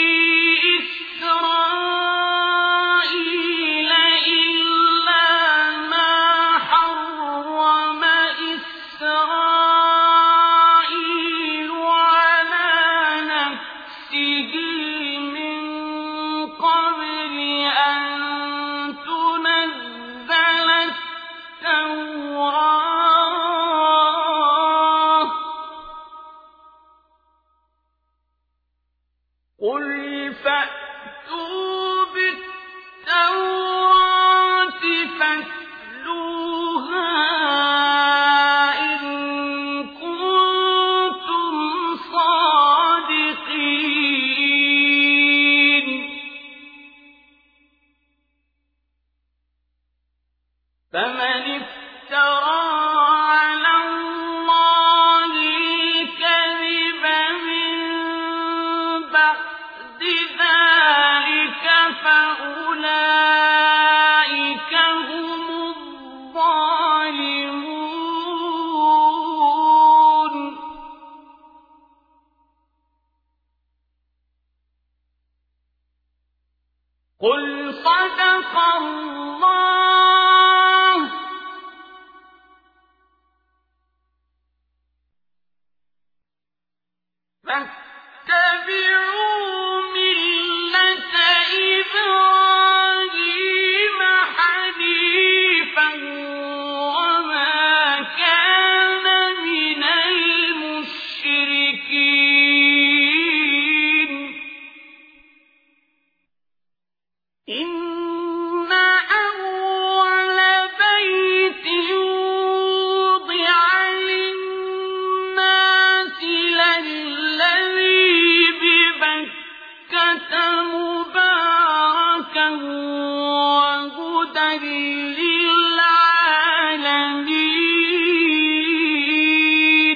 إسرائيل إلا ما حرم إسرائيل على نفسه من قبل أن تنزل التوراة قل فأتوا بالتوراة فاتلوها إن كنتم صادقين فمن افترى على الله الكذب من بعد ذلك فأولئك هم الظالمون قل صدق الله فاتبعوا ملة إبراهيم حنيفا وما كان من المشركين إن أول بيت وضع للناس للذي ببكة مباركا وهدى للعالمين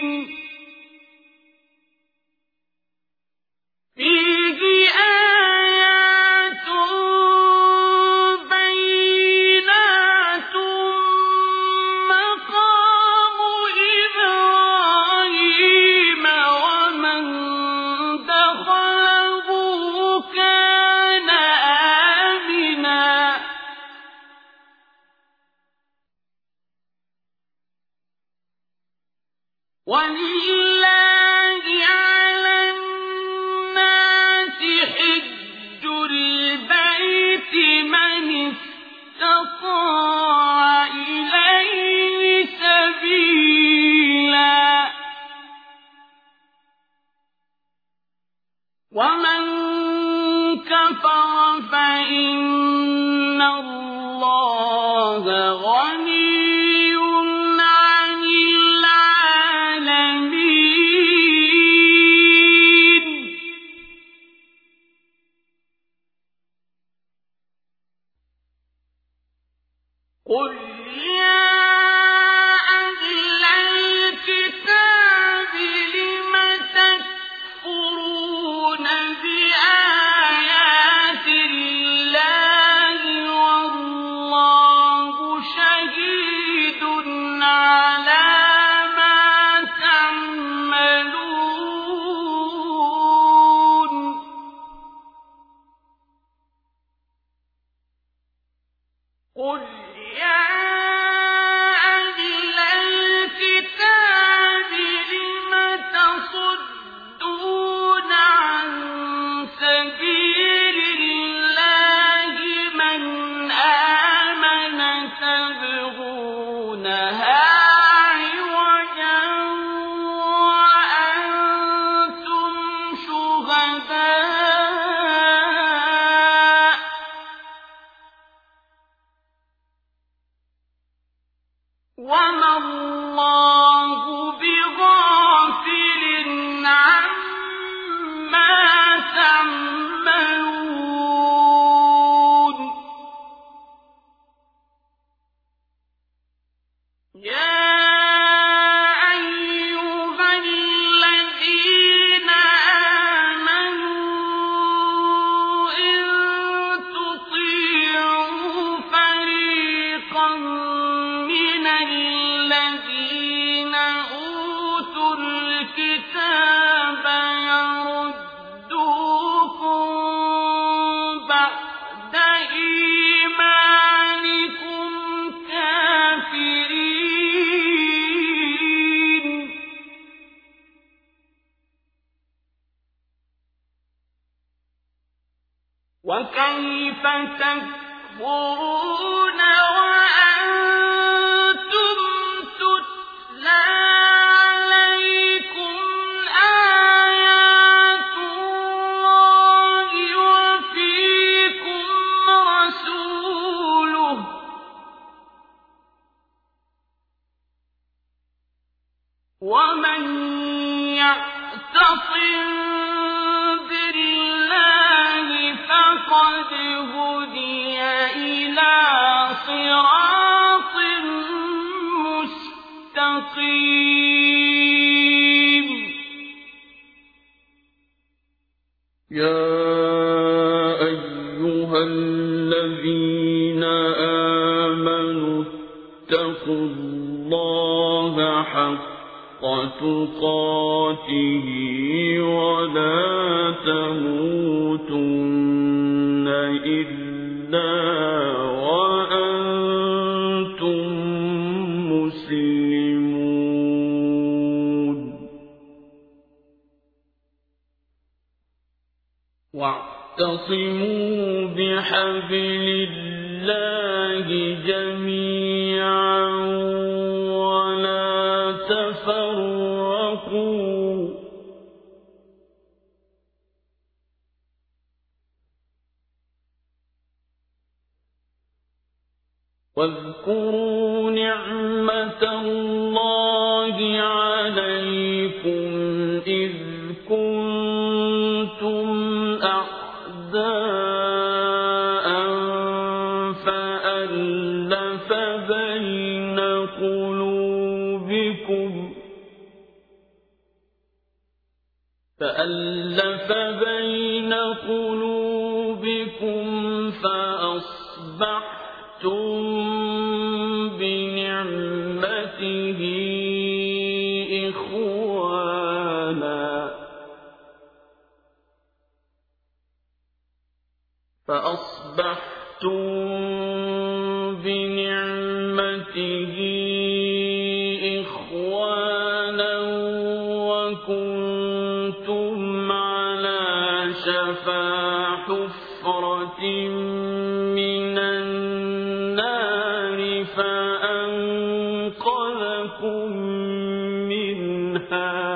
فيه آيات بينات مقام إبراهيم ومن دخله كان آمنا ولله على الناس حج البيت من استطاع إليه سبيلا ومن كفر فإن الله غني عن العالمين وما الله بغافل عما تعملون وكيف تكفرون وأنتم تتلى عليكم آيات الله وفيكم رسوله ومن يعتصم فقد هدي إلى صراط مستقيم يا أيها الذين آمنوا اتقوا الله حق تقاته ولا تموتن إلا وأنتم مسلمون واعتصموا بحبل الله جميعا ولا تفرقوا واذكروا نعمة الله عليكم إذ كنتم أعداء فألف بين قلوبكم فأصبحتم بنعمته إخوانا وكنتم على شفا حفرة من النار فأنقذكم منها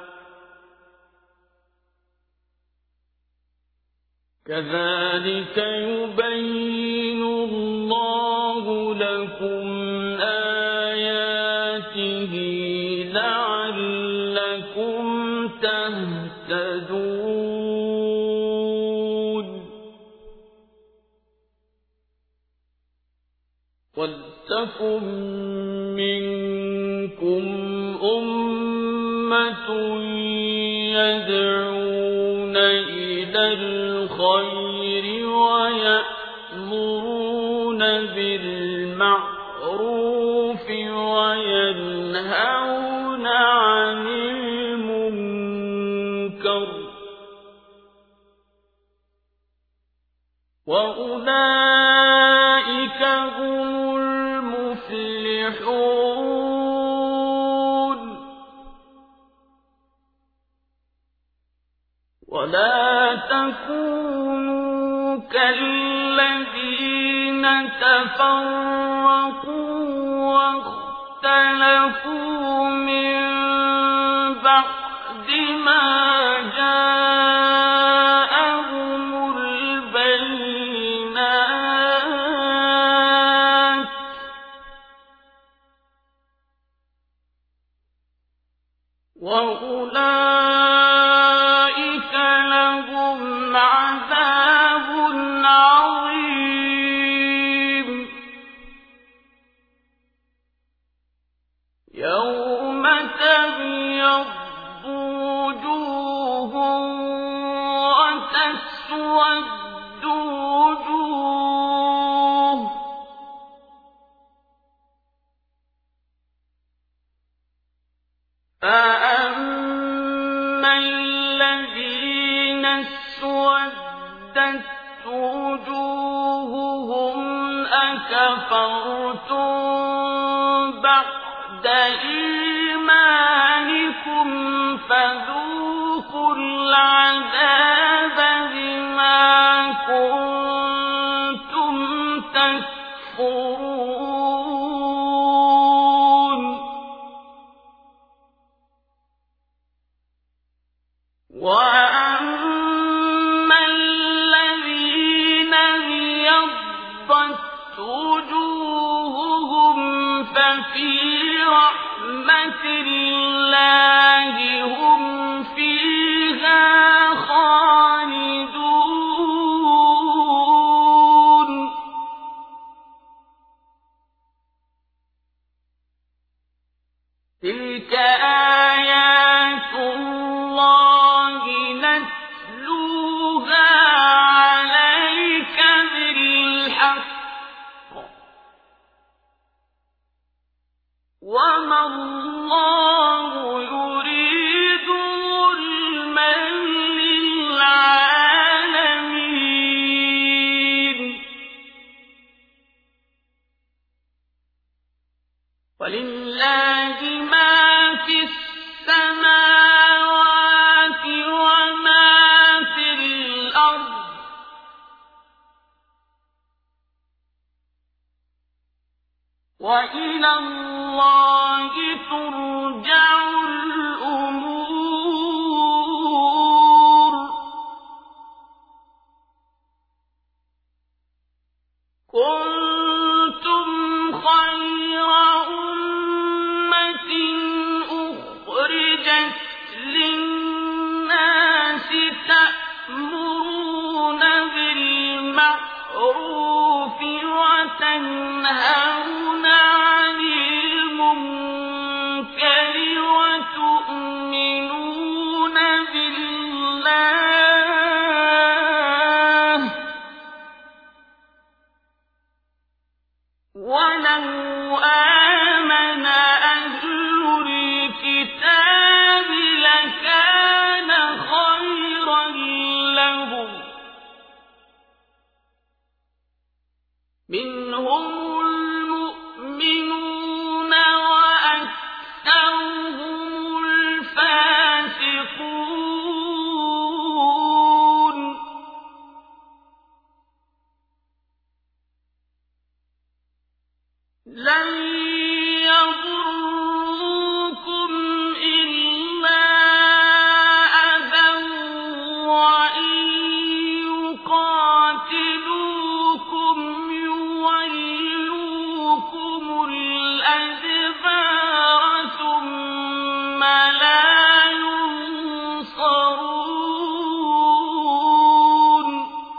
كذلك يبين الله لكم آياته لعلكم تهتدون ولتكن منكم أمة يدعون إلى الخير ويأمرون بالمعروف وينهون عن المنكر وأولئك هم المفلحون ولا تكونوا كالذين تفرقوا واختلفوا من بعد ما جاءهم البينات وأولئك لهم عذاب عظيم يوم تبيض وجوه وتسود وجوه فأما الذين اسودت وجوههم أكفرتم بعد إيمانكم فذوقوا العذاب بما كنتم تكفرون وأما الذين ابيضت وجوههم ففي رحمة الله هم فيها خالدون تلك آيات الله نتلوها عليك بالحق وما الله يريد ظلما للعالمين ولله ما في السماوات وما في الأرض وإلى الله ترجع الأمور كنتم خير أمة أخرجت للناس تأمرون بالمعروف وتنهون عن المنكر وتؤمنون بالله ولو آمن أهل الكتاب لكان خيرا لهم منهم المؤمنون وأكثرهم الفاسقون لن يضروكم إلا أذى وإن يقاتلوكم يولوكم الأدبار ثم لا ينصرون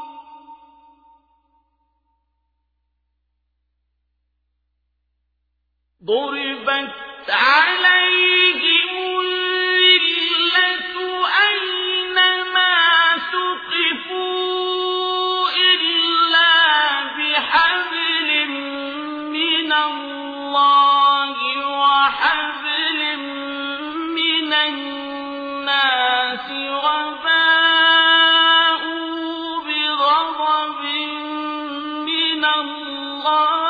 ضربت عليهم الذلة أينما ثقفوا إلا بحبل من الله وحبل من الناس وباءوا بغضب من الله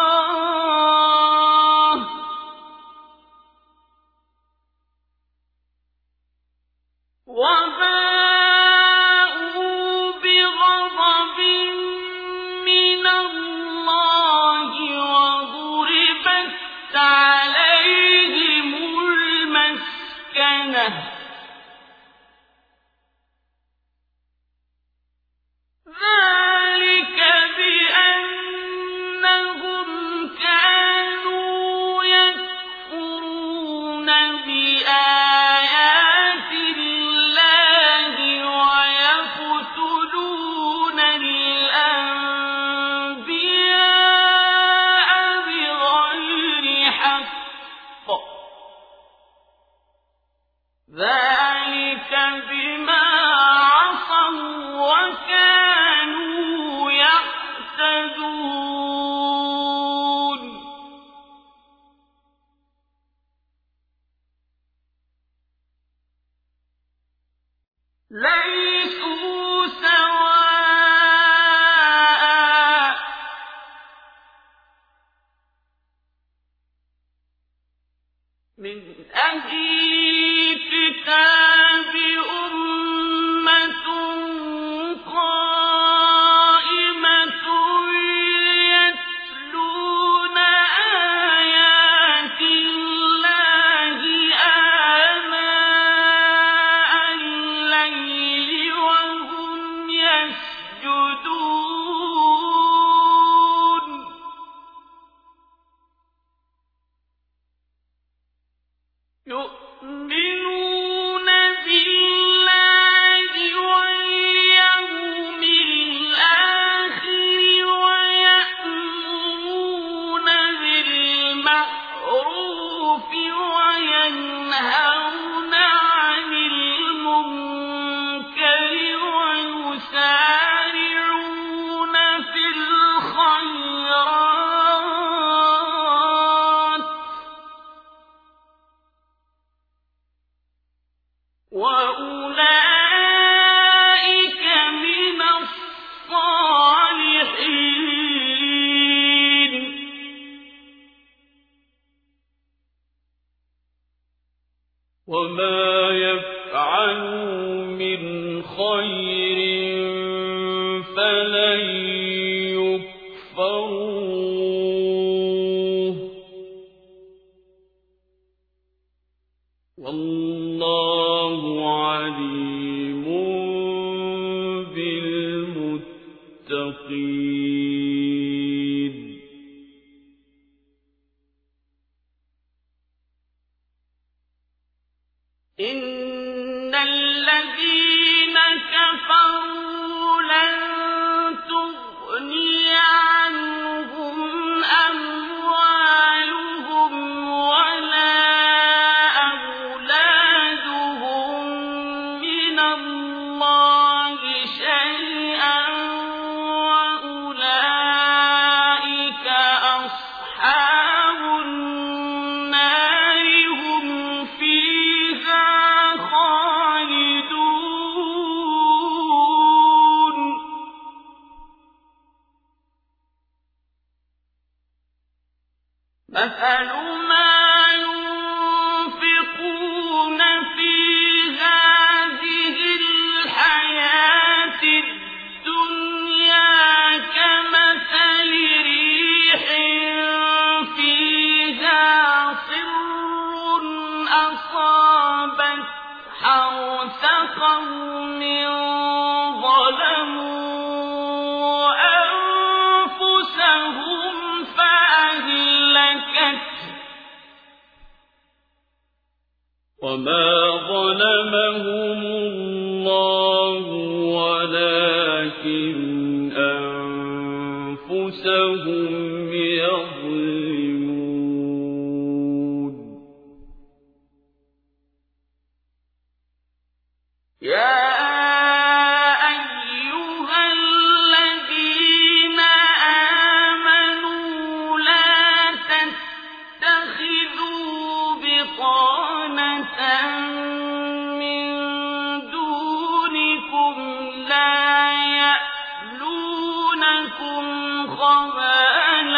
وضربت عليهم المسكنة ذلك بأنهم كانوا يكفرون بآيات ذلك بما عصوا وكانوا يعتدون ليسوا سواء من أهل الكتاب أمة قائمة يتلون آيات الله آناء الليل وهم يسجدون يؤمنون بالله واليوم الآخر ويأمرون بالمعروف وينهون عن المنكر ويسارعون في الخيرات وأولئك من الصالحين وما يفعلوا من خير فلن يكفروه والله عليم بالمتقين إن الذين كفروا لن تغني عنهم أموالهم ولا أولادهم من الله شيئا وأولئك أصحاب النار هم فيها خالدون مثل ما ينفقون في هذه الحياة الدنيا كمثل ريح فيها صر أصابت حرث قوم ظلموا أنفسهم فأهلكته وما ظلمهم الله ولكن أنفسهم يظلمون يا أيها الذين آمنوا لا تتخذوا بطانة من دونكم لا يألونكم خبالا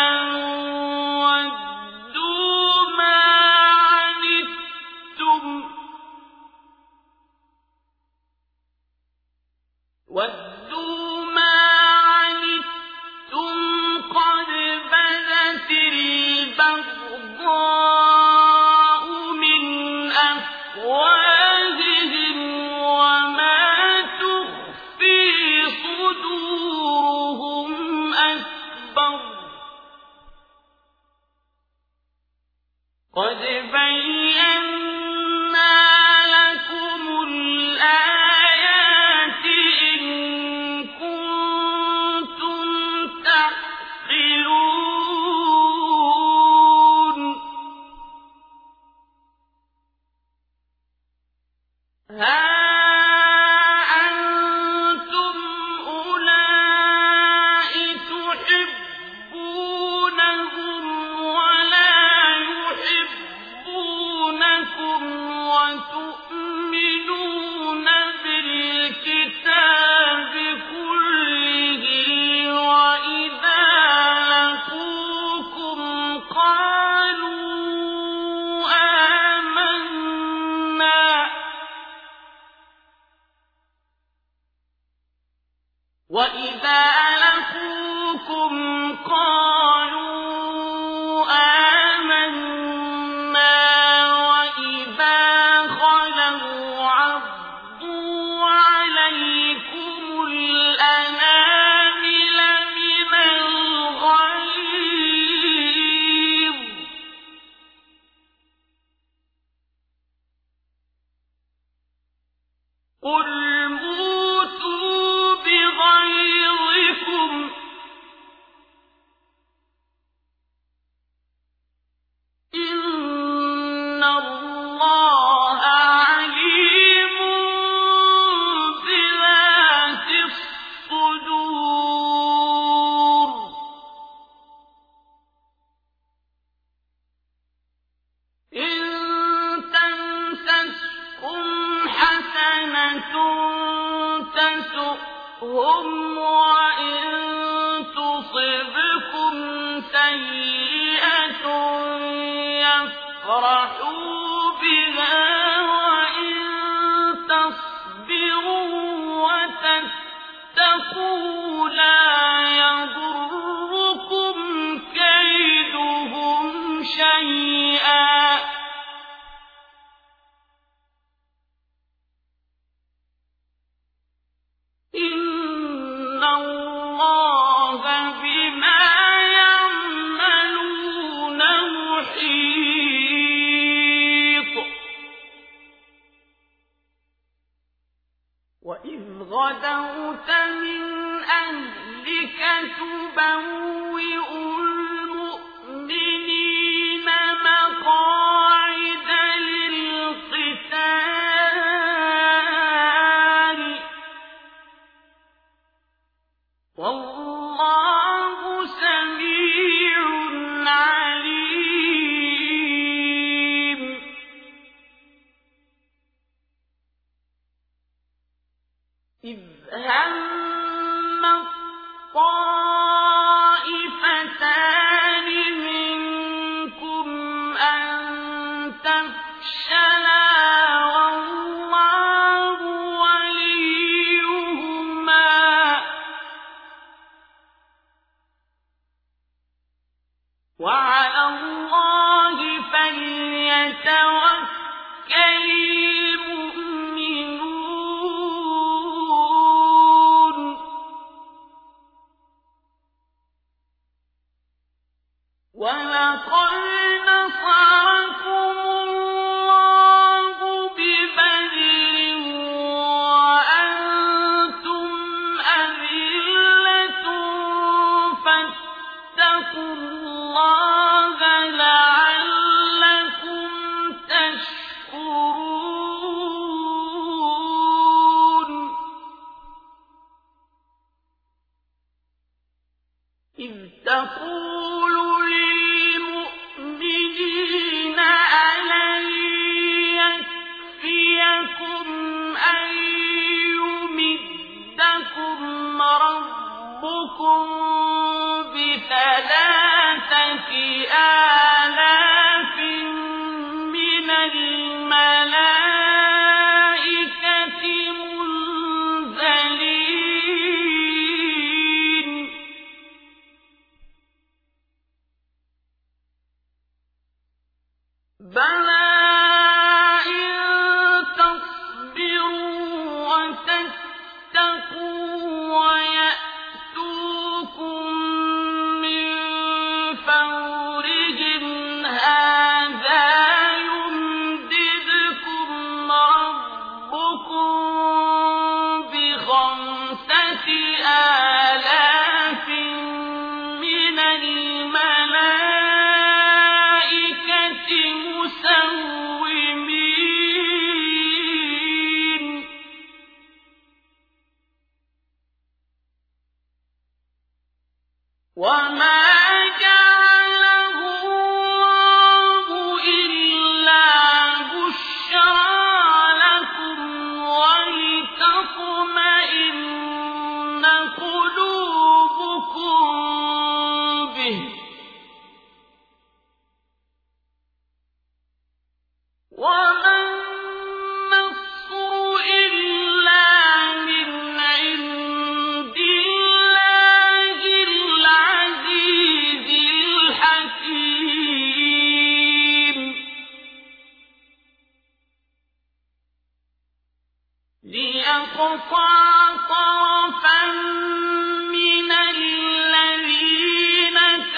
يقطع طرفا من الذين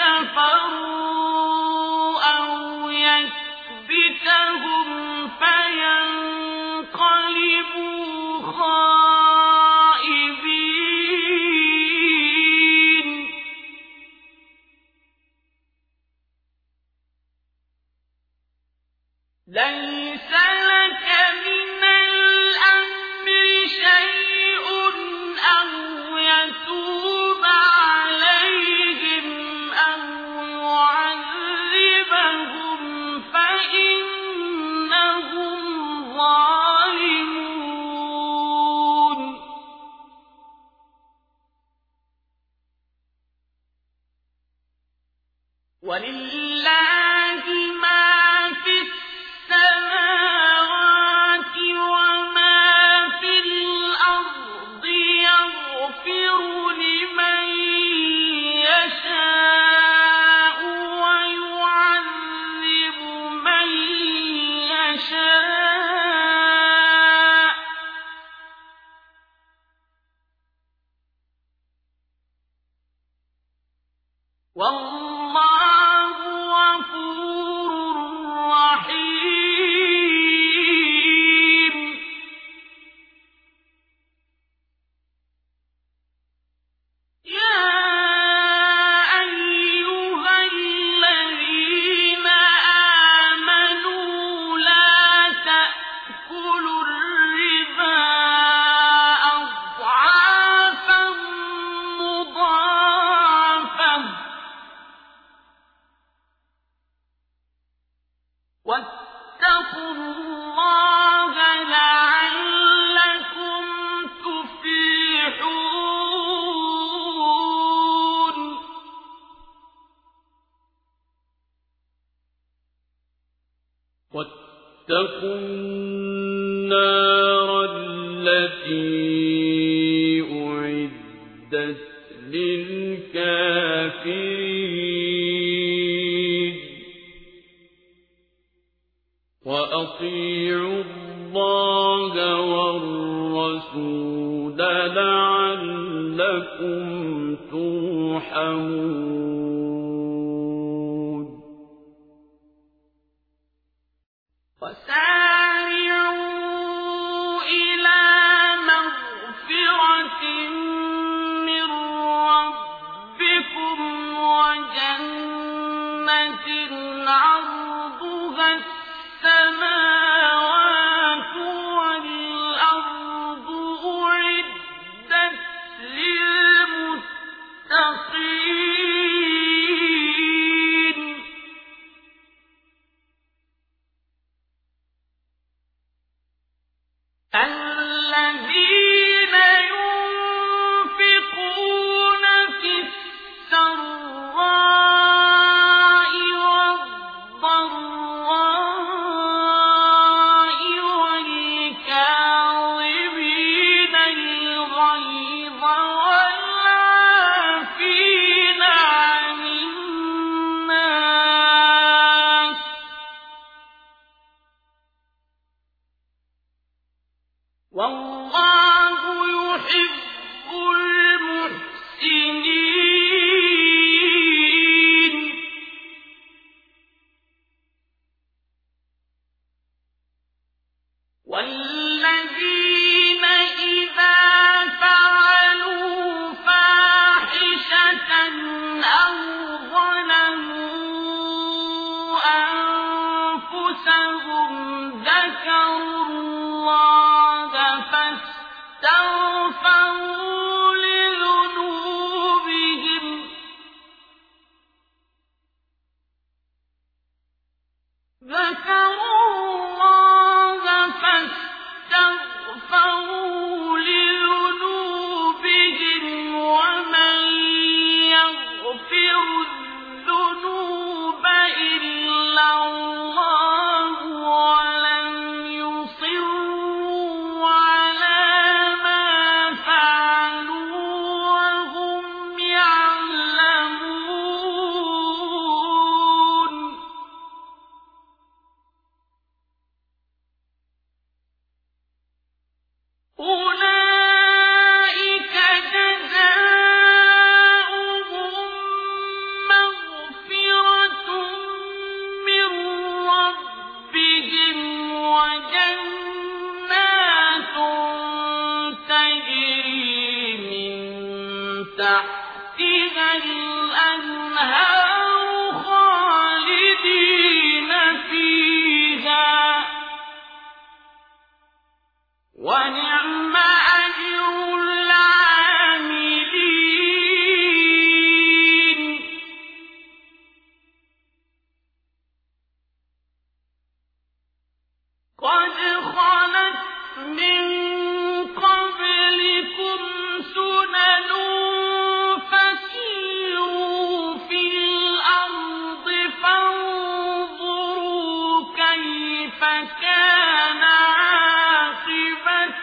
كفروا أو يكبتهم فينقلبوا خائبين ليس لك من الأمر شيء أو يتوب عليهم أو يعذبهم فإنهم ظالمون ولله ما في السماوات وما في الأرض يغفر لمن يشاء ويعذب من يشاء والله غفور رحيم يا أيها الذين آمنوا لا تأكلوا الربا أضعافا مضاعفة واتقوا الله لعلكم تفلحون واتقوا النار التي أعدت للكافرين وأطيعوا الله والرسول لعلكم ترحمون وسارعوا إلى مغفرة من ربكم وجنة عرضها السماوات والأرض أعدت للمتقين الذين ينفقون في السراء والضراء والكاظمين الغيظ والعافين عن الناس والله يحب المحسنين والذين إذا فعلوا فاحشة أو ظلموا أنفسهم ذكروا الله فاستغفروا لذنوبهم ومن يغفر الذنوب إلا الله ولم يصروا فيها الأنهار خالدين فيها ونعم أجر العاملين قد خلت من قبلكم سنن فسيروا في الأرض فانظروا كيف كان عاقبة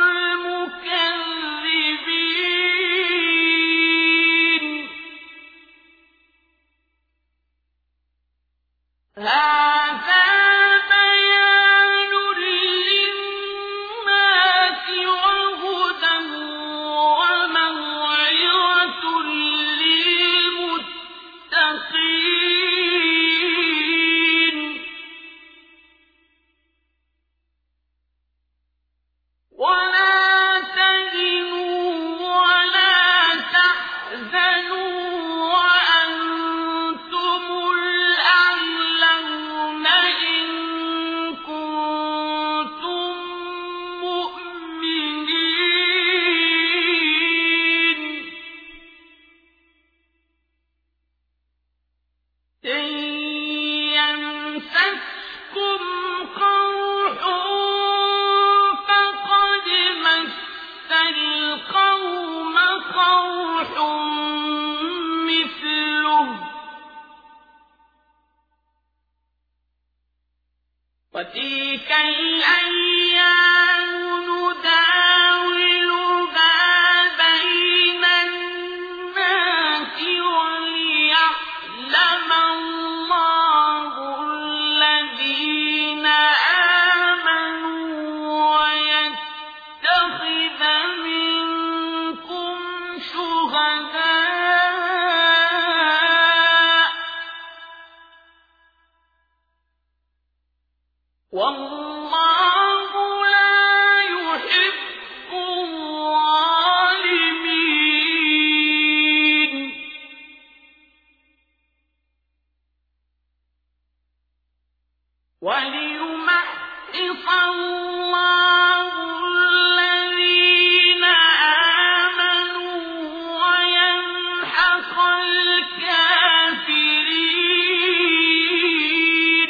المكذبين هذا بيان للناس وهدى وموعظة للمتقين ولا تهنوا ولا تحزنوا وأنتم الأعلون إن كنتم مؤمنين إن يمسسكم قرح فقد مس القوم قرح مثله وتلك الأيام نداولها بين الناس وليعلم الله الذين آمنوا ويتخذ منكم شهداء والله لا يحب الظالمين وليمحص الله الذين آمنوا ويمحق الكافرين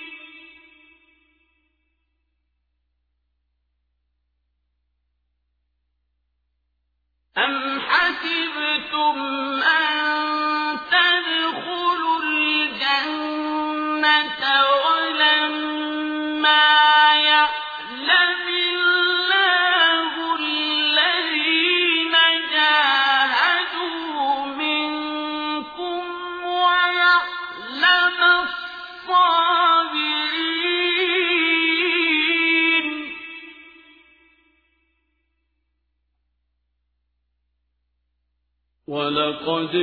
أم حسبتم أن تدخلوا الجنة ولما يعلم الله الذين جاهدوا منكم ويعلم الصابرين ولقد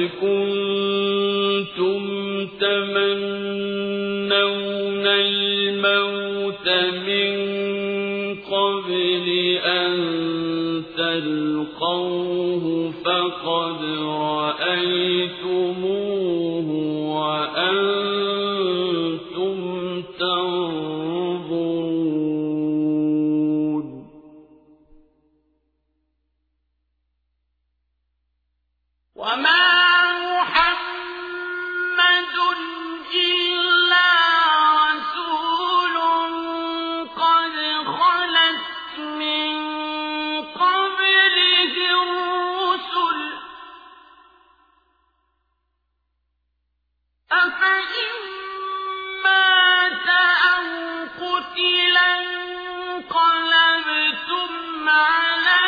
كنتم تمنون الموت من قبل أن تلقوه فقد رأيتموه وأنتم تنظرون وما محمد إلا رسول قد خلت من قبله الرسل أفإن مات أو قتلا انقلبتم على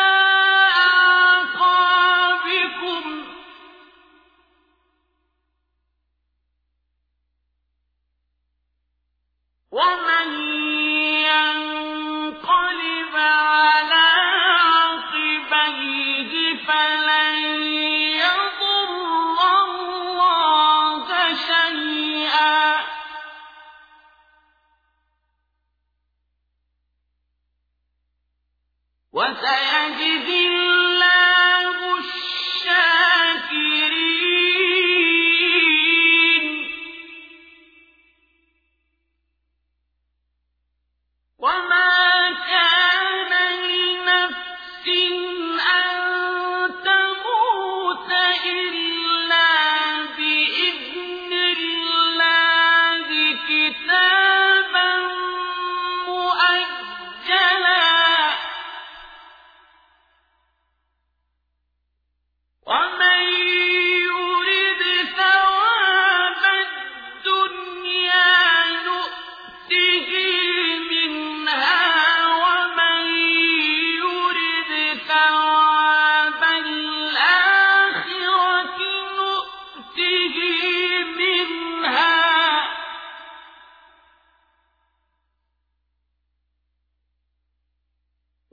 أعقابكم ومن ينقلب على عقبيه فلن يضر الله شيئا وسيجزي الله الشاكرين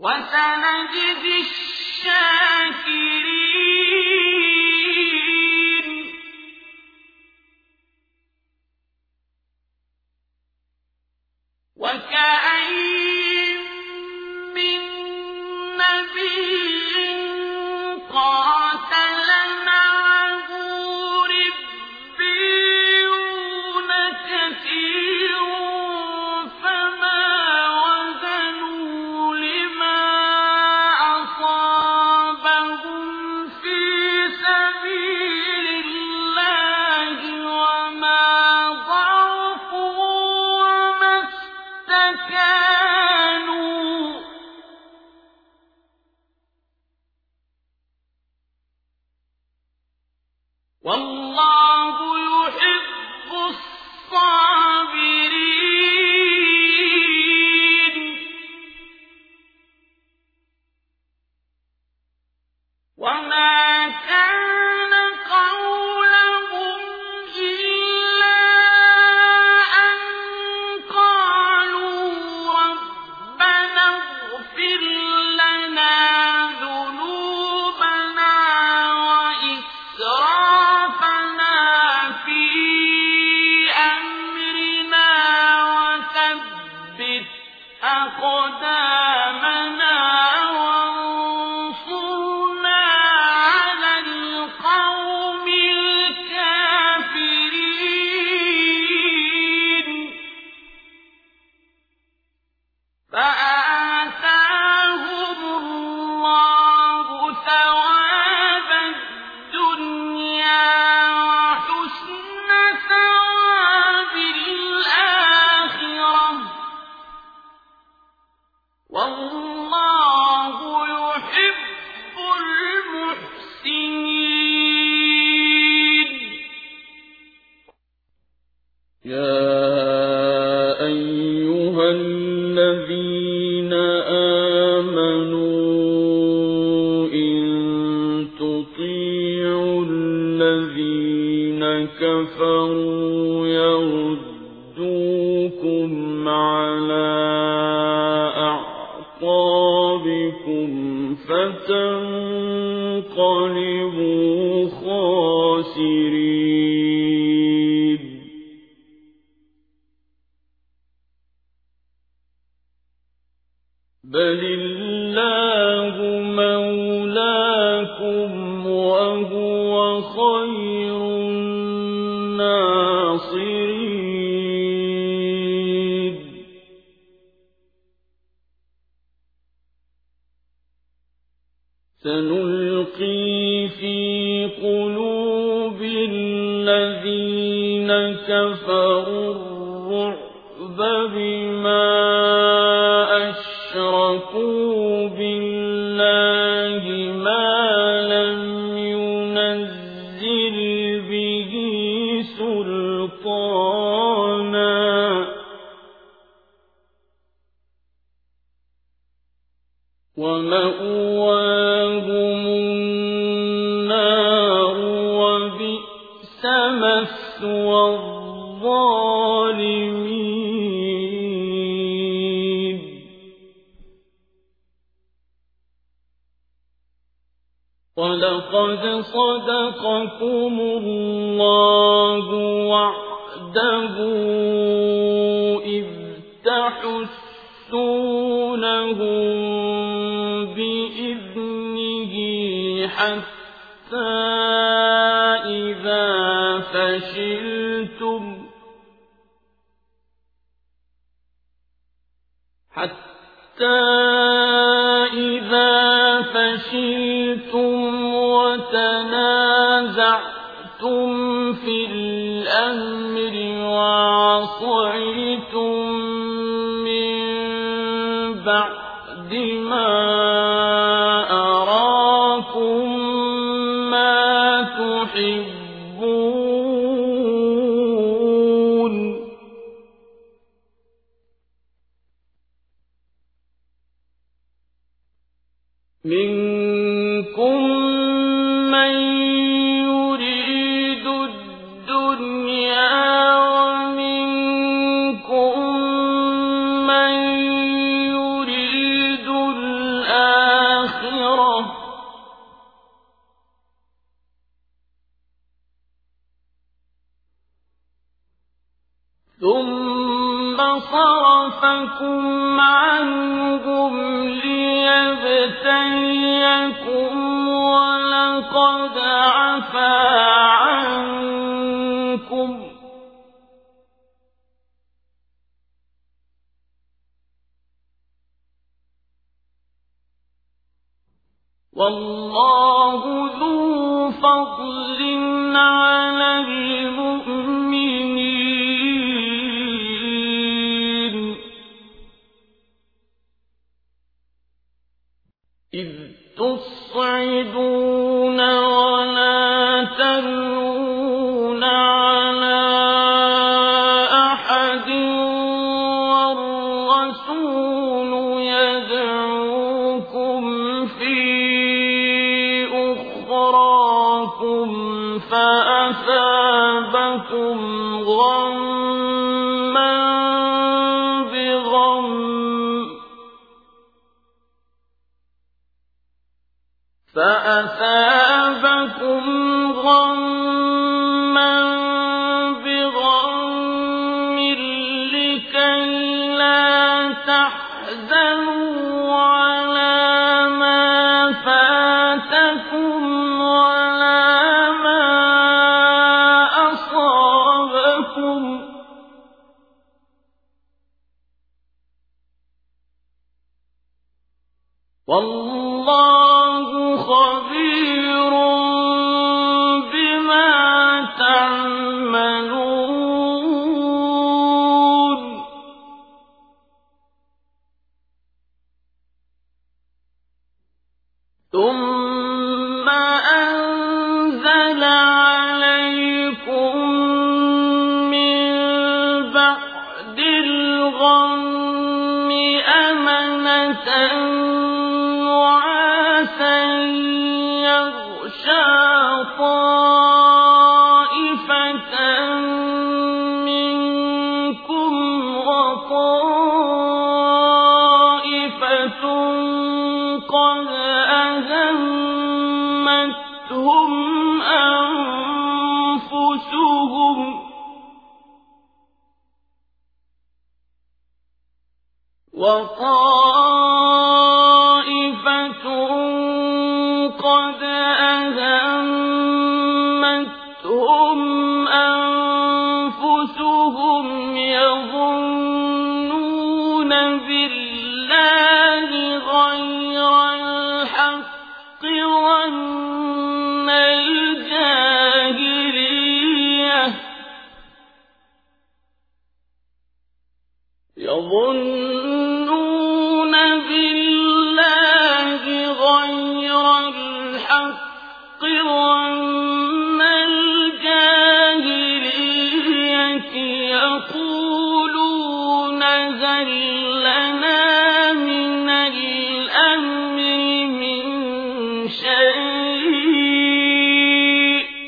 وسنجزي الشاكرين وكأين من نبي قاتل معه ربيون كثير فما وهنوا لما أصابهم في سبيل الله وما ضعفوا وما استكانوا والله يحب الصابرين وما كان قولهم إلا أن قالوا ربنا اغفر لنا ذنوبنا وإسرافنا في أمرنا وثبت أقدامنا وانصرنا على القوم الكافرين فآتاهم الله ثواب الدنيا وحسن ثواب الآخرة والله يحب المحسنين يا أيها الذين آمنوا إن تطيعوا الذين كفروا يردوكم على أعقابكم فتنقلبوا خاسرين بل الله مولاكم وهو خير الناصرين سنلقي في قلوب الذين كفروا الرعب بما أشركوا بالله ما لم ينزل به سلطانا ومأواهم النار وبئس مثوى الظالمين ولقد صدقكم الله وعده إذ تحسونهم بإذنه حتى إذا فشلتم وتنازعتم في الأمر وعصيتم من بعد ما أراكم ما تحبون منكم من يريد الدنيا ومنكم من يريد أَصْفَحْتُمْ عَنْهُمْ لِيَبْتَلِيَكُمْ وَلَقَدْ عَفَا عَنكُمْ ۗ وَاللَّهُ ذُو فَضْلٍ عَلَى الْمُؤْمِنِينَ إِذْ تُصْعِدُونَ وَلَا تَلْوُونَ عَلَىٰ أَحَدٍ وَالرَّسُولُ يَدْعُوكُمْ فِي أُخْرَاكُمْ فَأَثَابَكُمْ غَمًّا بِغَمٍّ لِّكَيْ لَا تَحْزَنُوا عَلَىٰ مَا فَاتَكُمْ وَلَا مَا أَصَابَكُمْ ۗ وَاللَّهُ خَبِيرٌ بِمَا تَعْمَلُونَ ثُمَّ أَنزَلَ عَلَيْكُم مِّن بَعْدِ الْغَمِّ أَمَنَةً نُّعَاسًا يَغْشَىٰ طَائِفَةً مِّنكُمْ وَطَائِفَةٌ قَدْ أَهَمَّتْهُمْ أَنفُسُهُمْ ۖ وَطَائِفَةٌ قَدْ أَهَمَّتْهُمْ أَنفُسُهُمْ يَظُنُّونَ بِاللَّهِ غَيْرَ الْحَقِّ ظَنَّ الْجَاهِلِيَّةِ يَقُولُونَ هَل لَّنَا مِنَ الْأَمْرِ مِن شَيْءٍ ۗ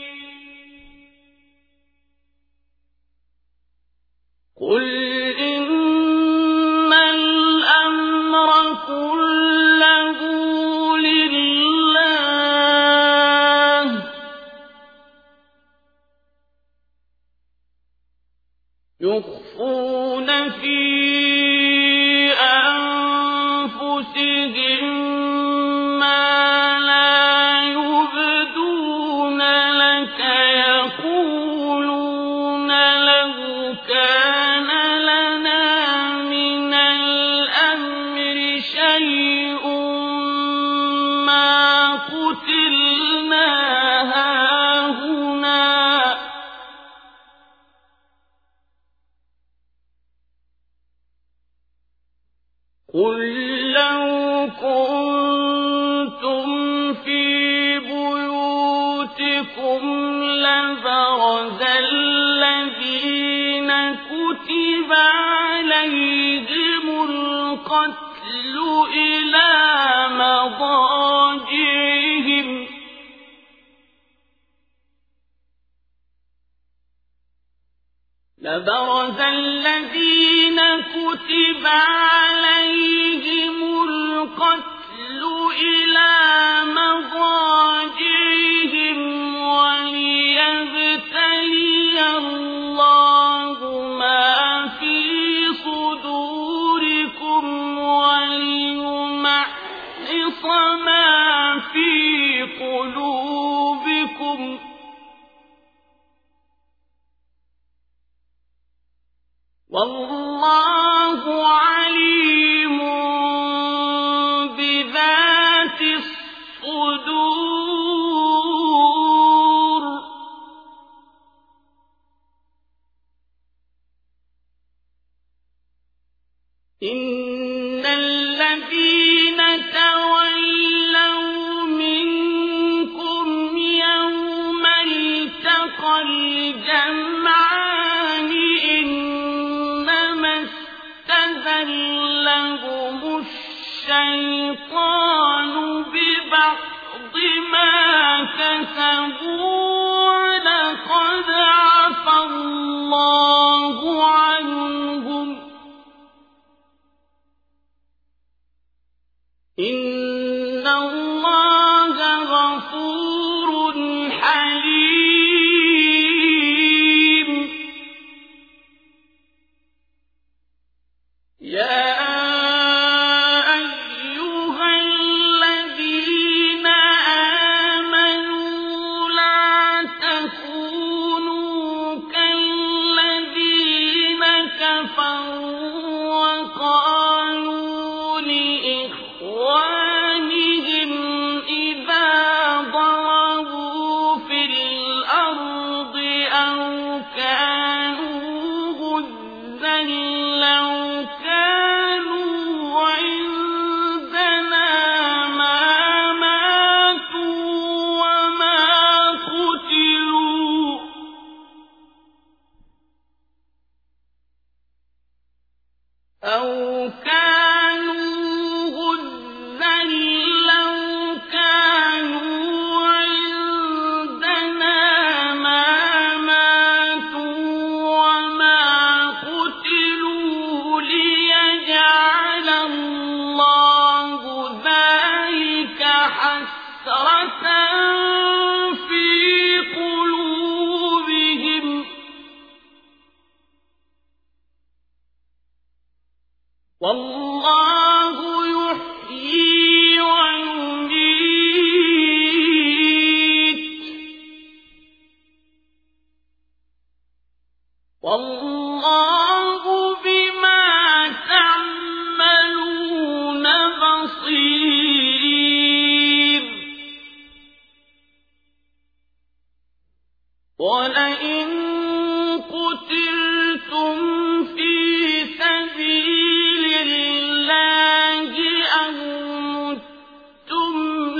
قُلْ إِنَّ الْأَمْرَ كُلَّهُ لِلَّهِ ۗ يُخْفُونَ فِي أَنفُسِهِم مَّا لَا يُبْدُونَ لَكَ يَقُولُونَ لَوْ كَانَ لَنَا مِنَ الْأَمْرِ شَيْءٌ مَّا قُتِلْنَا هَاهُنَا ۗ قُل لَّوْ كُنتُمْ فِي بُيُوتِكُمْ لَبَرَزَ الَّذِينَ كُتِبَ عَلَيْهِمُ الْقَتْلُ إِلَىٰ مَضَاجِعِهِمْ ۖ لَبَرَزَ الَّذِينَ كُتِبَ عَلَيْهِمُ الْقَتْلُ إِلَىٰ مَضَاجِعِهِمْ وَلِيَبْتَلِيَ اللَّهُ مَا فِي صُدُورِكُمْ الذين تولوا منكم يوم التقى الجمعان إنما استزلهم الشيطان ببعض ما كسبوا ولقد عفى الله عنهم إن الله غفور حليم يا أيها الذين آمنوا لا تكونوا كالذين كفروا وقالوا لإخوانهم إذا ضربوا في الأرض أو كانوا غزا لو كانوا عندنا ما ماتوا وما قتلوا أو كانوا غزا لو كانوا عندنا ما ماتوا وما قتلوا ليجعل الله ذلك حسرة في قلوبهم والله يحيي ويميت والله بما تعملون بصير ولئن قتلتم في سبيل الله أو متم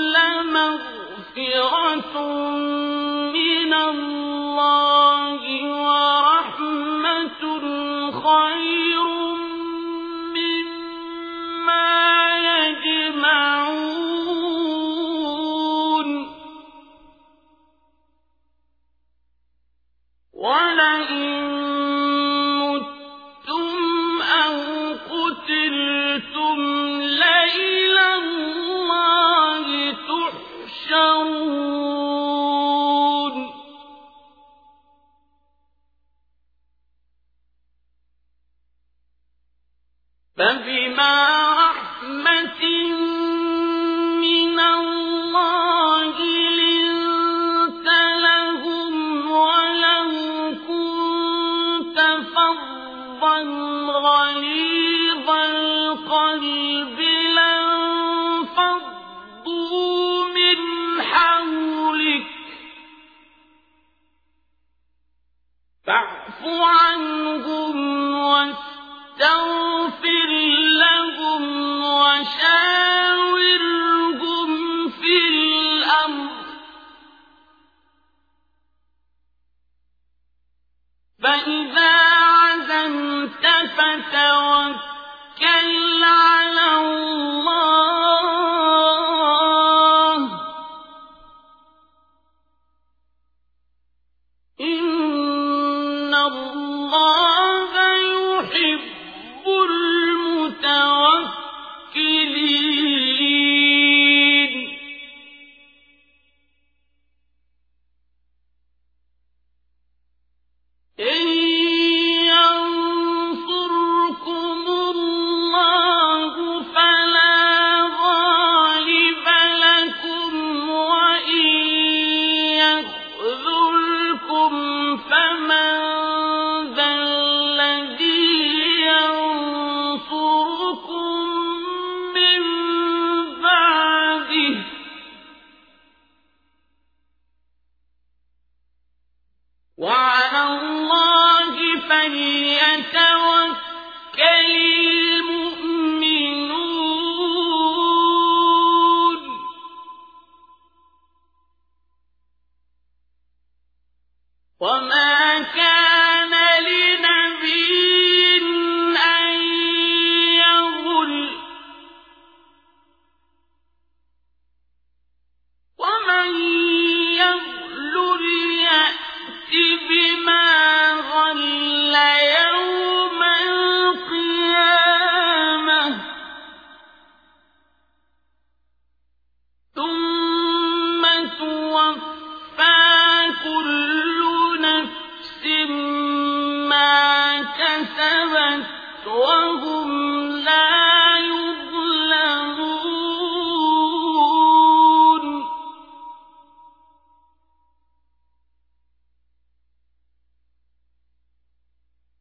لمغفرة من الله ورحمة خير مما يجمعون ولئن متم أو قتلتم لإلى الله تحشرون فبما رحمة من الله لنت لهم ولو كنت فظا غليظ القلب لانفضوا من حولك فاعف عنهم واستغفر لهم وشاورهم في الأمر فإذا عزمت فتوكل على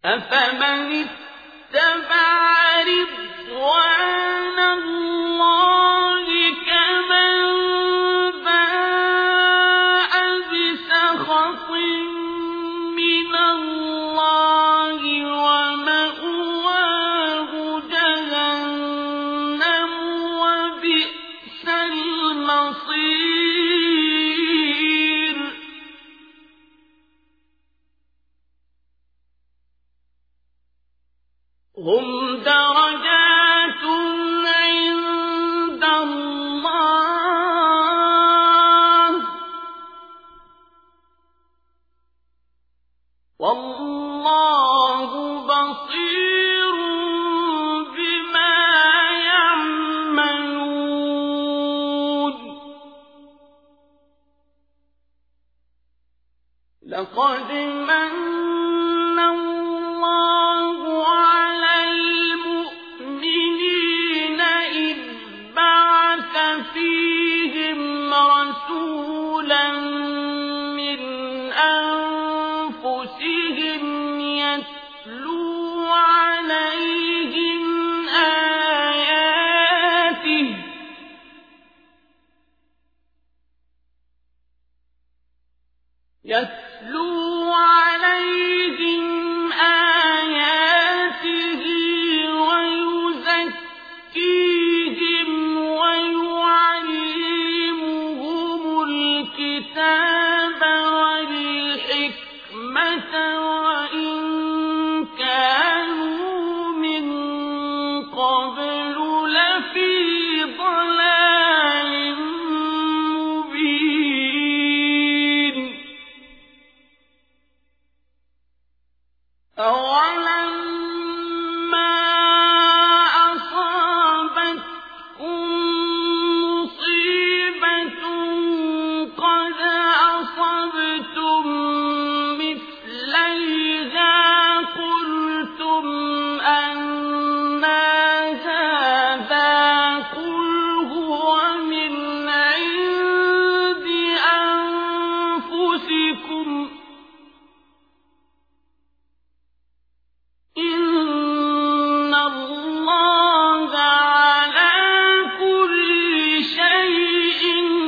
أفمن اتبع رضوان الله كمن باء بسخط من الله ومأواه جهنم وبئس المصير هم درجات عند الله والله بصير بما يعملون لقد من الله على المؤمنين إذ بعث فيهم رسولا من أنفسهم يتلو عليهم آياته ويزكيهم ويعلمهم الكتاب والحكمة وإن كانوا من قبل لفي ضلال مبين أولما أصابتكم مصيبة قد أصبتم مثليها قلتم أنى هذا قل هو من عند أنفسكم إن الله على كل شيء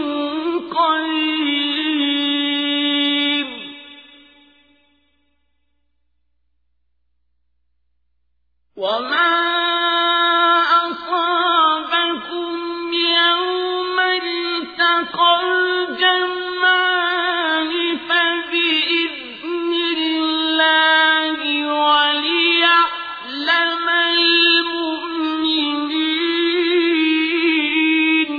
قدير وما أصابكم يوم التقى الجمعان فبإذن الله وليعلم المؤمنين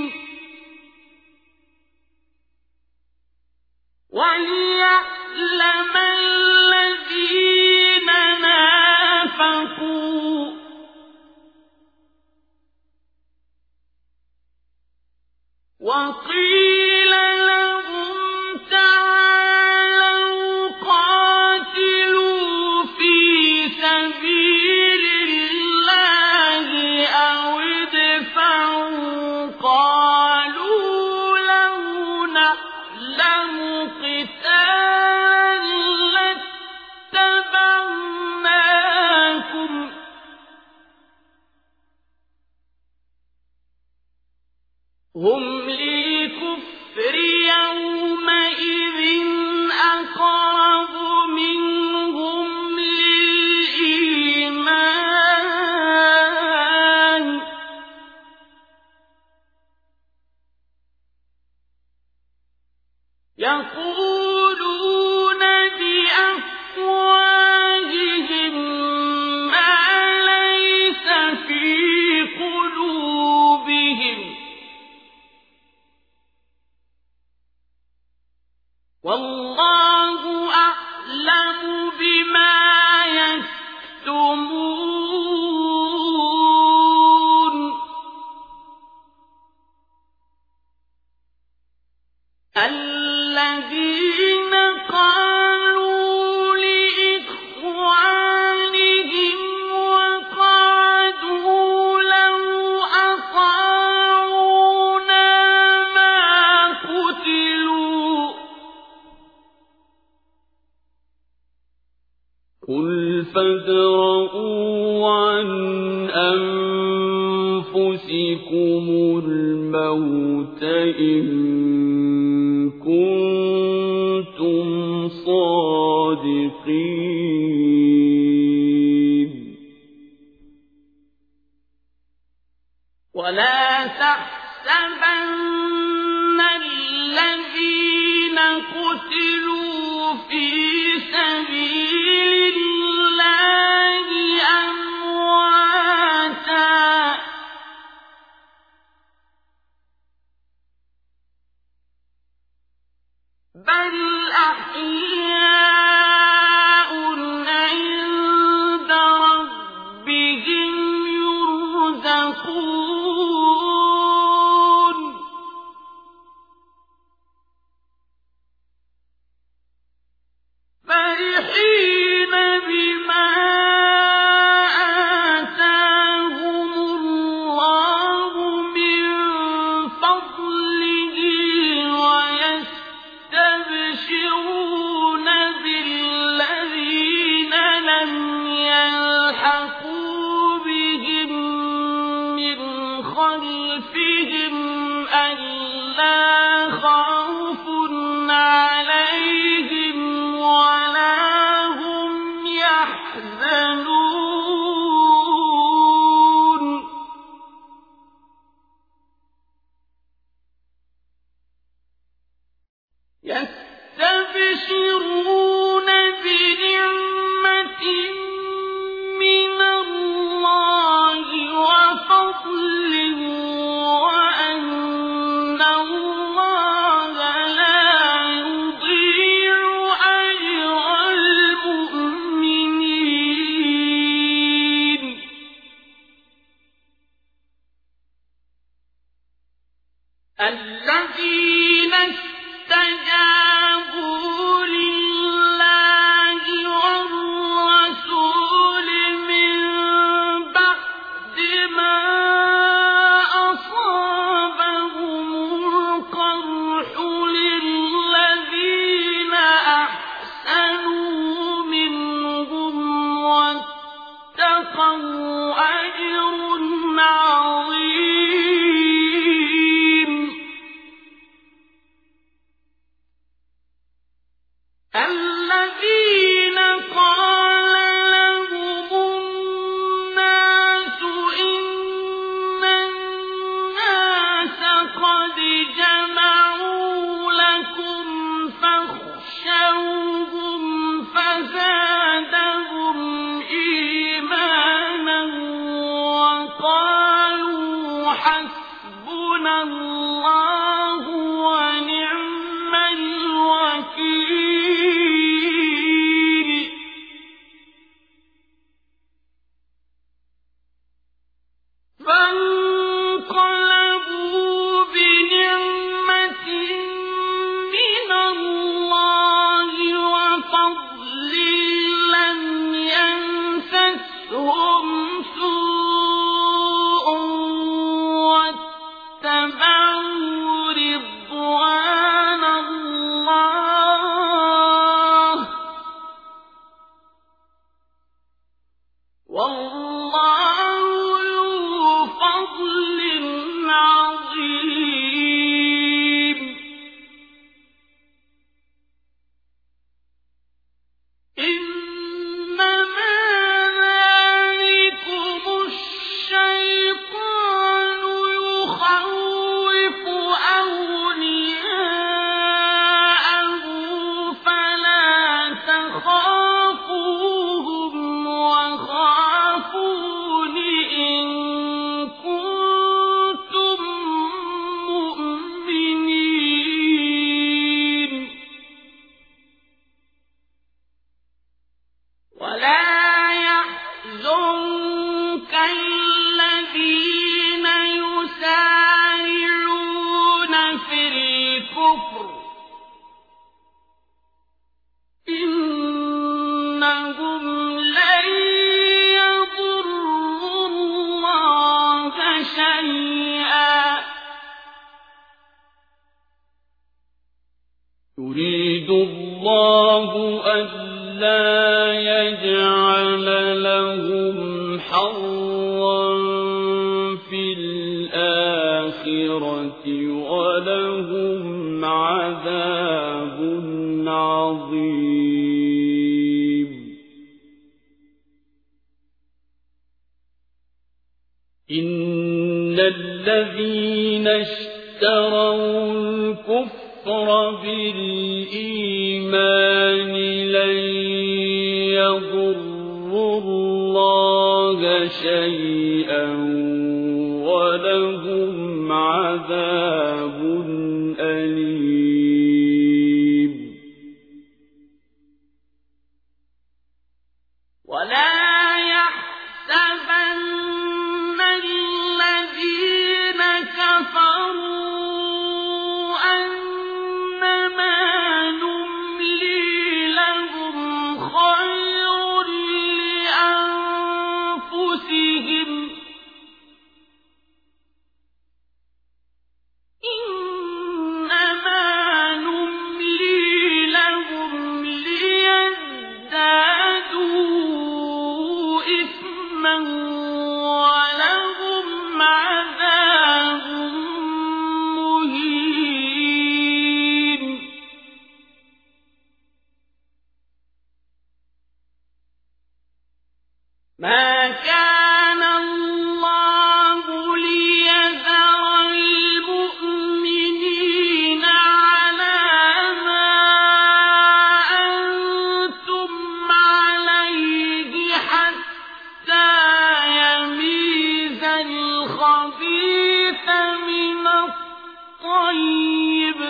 وليعلم الذين نافقوا وقيل لهم تعالوا قاتلوا في سبيل الله أو ادفعوا قالوا لو نعلم قتالا لاتبعناكم هم للكفر يومئذ أقرب منهم للإيمان يقولون بأفواههم ما ليس في قلوبهم والله أعلم بما يكتمون الذين الموت إن كنتم صادقين ولا تحسبن الذين قتلوا في سبيل الله أمواتا بل أحياء عند ربهم يرزقون فرحين بما آتاهم الله من فضله ويستبشرون بالذين لم يلحقوا بهم من خلفهم ألا خوف عليهم ولا هم يحزنون يستبشرون بنعمة من الله وفضل وأن الله لا يضيع أجر المؤمنين الذين استجابوا لله والرسول من بعد ما أصابهم القرح للذين أحسنوا منهم واتقوا أجر عظيم الذين قال لهم الناس إن الناس قد جمعوا لكم فاخشوهم فزادهم إيمانا وقالوا حسبنا الله ونعم الوكيل فانقلبوا بنعمة من الله وفضل لم يمسسهم سوء واتبعوا رضوان الله والله ذو فضل عظيم إنما ذلكم الشيطان يخوف أولياءه فلا تخافوهم وخافون إن كنتم مؤمنين ولا يحزنك الذين يسارعون في الكفر إنهم لن يضروا الله شيئا يريد الله ألا يجعل لهم حظا في الآخرة ولهم عذاب عظيم. إن الذين اشتروا الكفر بالإيمان لن يضروا الله شيئا ولهم عذاب أليم. ولا يحسبن الذين كفروا أنما نملي لهم خير لأنفسهم إنما نملي لهم ليزدادوا إثما ولهم عذاب مهين. ما كان الله ليذر المؤمنين على ما أنتم عليه حتى يميز الخبيث من الطيب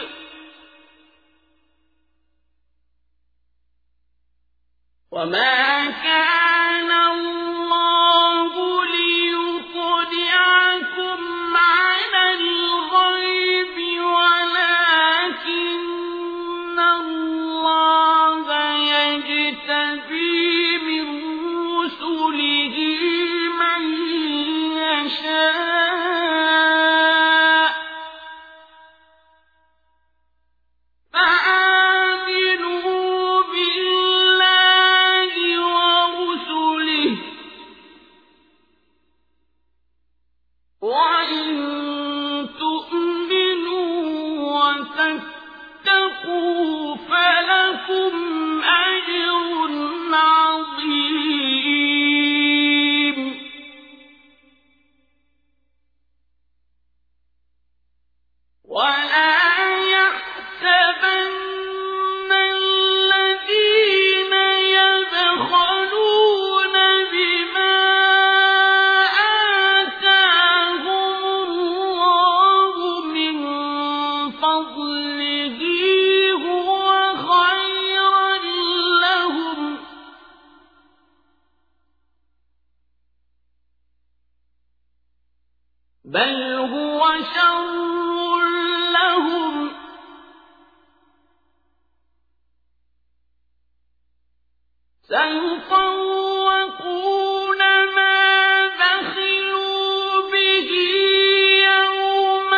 وما كان الله ليطلعكم على الغيب ولكن الله يجتبي من رسله من يشاء فآمنوا بالله ورسله وإن تؤمنوا وتتقوا فلكم أجر عظيم. ولا يحسبن الذين يبخلون بما آتاهم الله من فضله هو خيرا لهم بل هو شر لهم سيطوقون ما بخلوا به يوم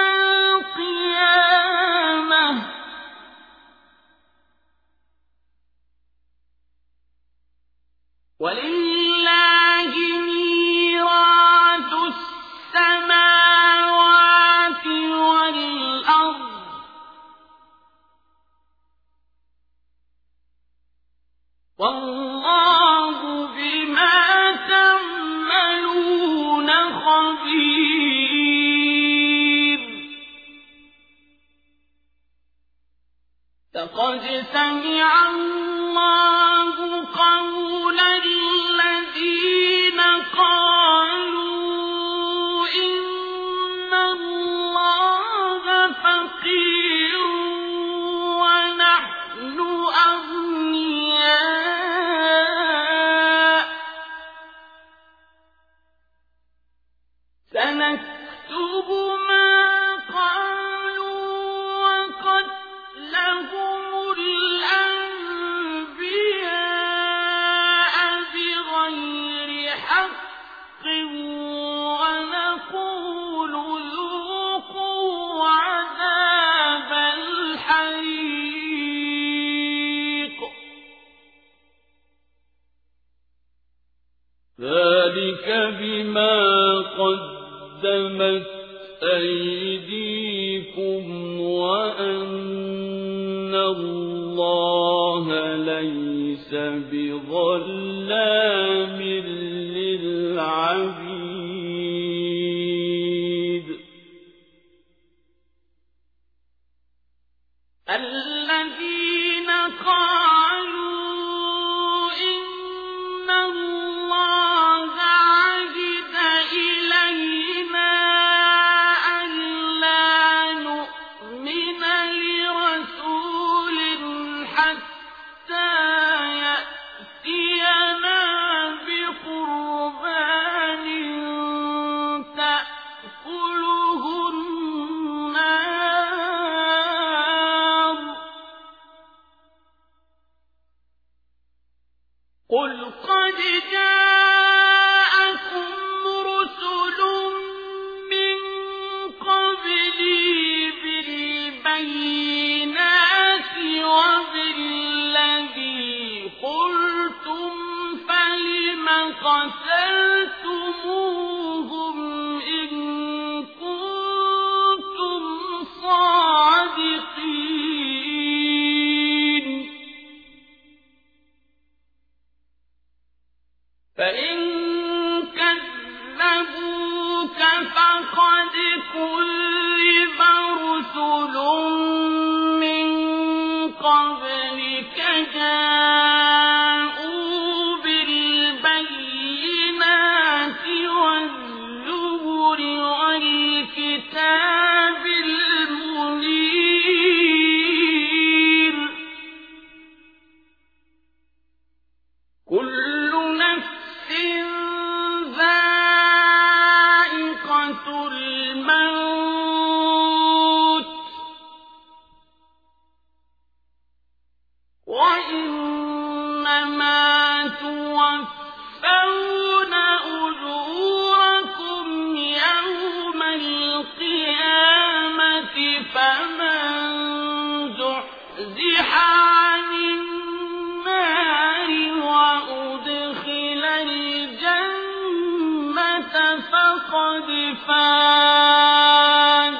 القيامة ولله ميراث السماوات والأرض والله بما تعملون خبير. لقد سمع الله قول الذين قالوا إن الله فقير ونحن أغنياء سنكتب ما قالوا وقتلهم الأنبياء بغير حق ونقول ذوقوا عذاب الحريق ذلك بما قدمت أيديكم وأن الله ليس بظلام للعبيد الذين قالوا إن الله عهد إلينا ألا نؤمن لرسول حتى يأتينا بقربان تأكله النار قل قد جاءكم رسل من قبلي بالبينات وبالذي قلتم فلم قتلتموهم إن كنتم صادقين فإن كذبوك فقد كذب رسل من قبلك جاءوا بالبينات والزبر والكتاب المنير كل نفس ذائقة الموت وإنما توفون أجوركم يوم القيامة فمن زحزح عن النار وأدخل الجنة فقد فاز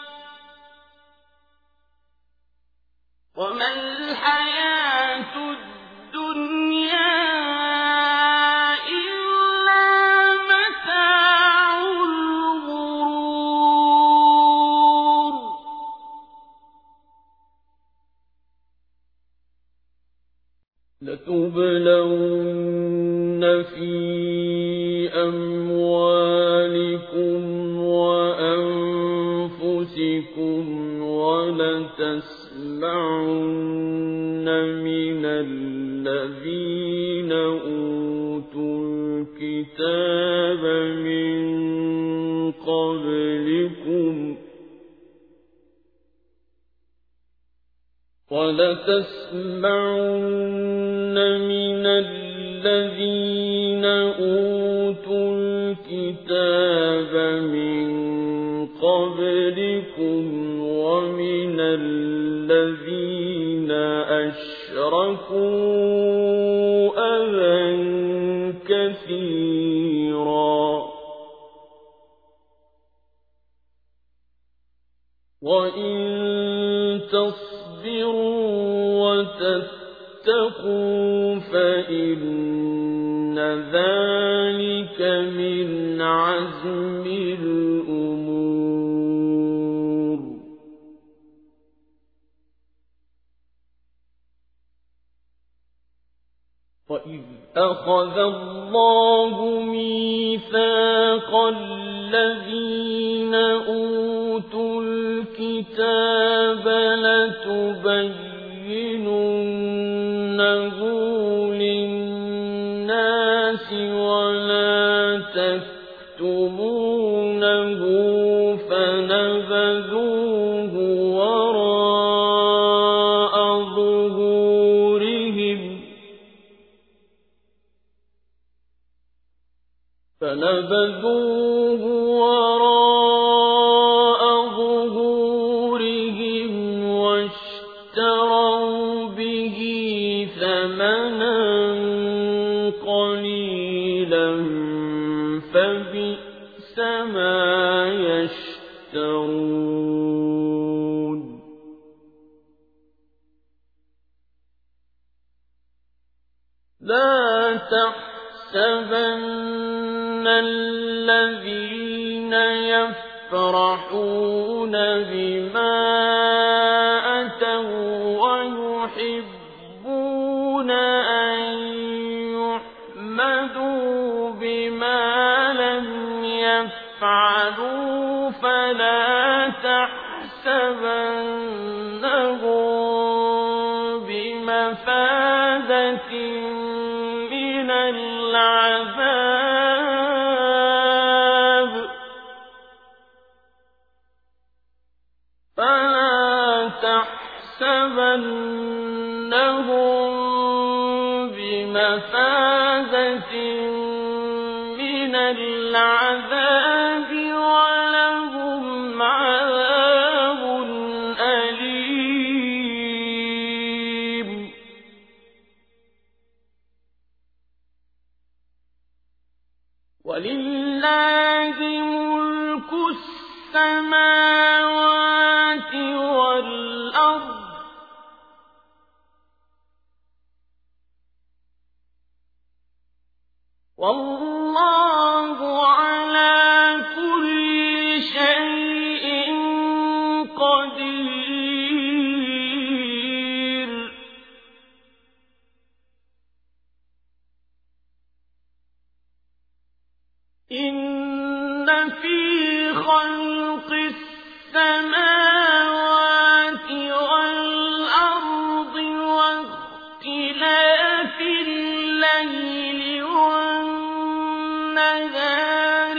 وما الحياة الدنيا إلا متاع الغرور لتبلون في أموالكم وأنفسكم ولتسمعن من الذين أوتوا الكتاب من قبلكم ولتسمعن من الذين أوتوا الكتاب من قبلكم ومن الذين أشركوا أذى كثيرا وإن تصبروا وتتقوا فإن ذلك من عزم الأمور وإذ أخذ الله ميثاق الذين أوتوا الكتاب لتبيننه للناس ولا تكتمونه فنبذوه وراء ظهورهم واشتروا به ثمنا قليلا فبئس ما يشترون يفترون لا تحسبن الذين يفرحون بما أتوا ويحبون أن يحمدوا بما لم يفعلوا فلا تحسبنهم بمفازة من العذاب فلا تحسبنهم بمفازة من العذاب ولهم عذاب أليم ولله ملك السماوات والأرض والله على كل شيء قدير إن في خلق السماوات والأرض واختلاف الليل والنهار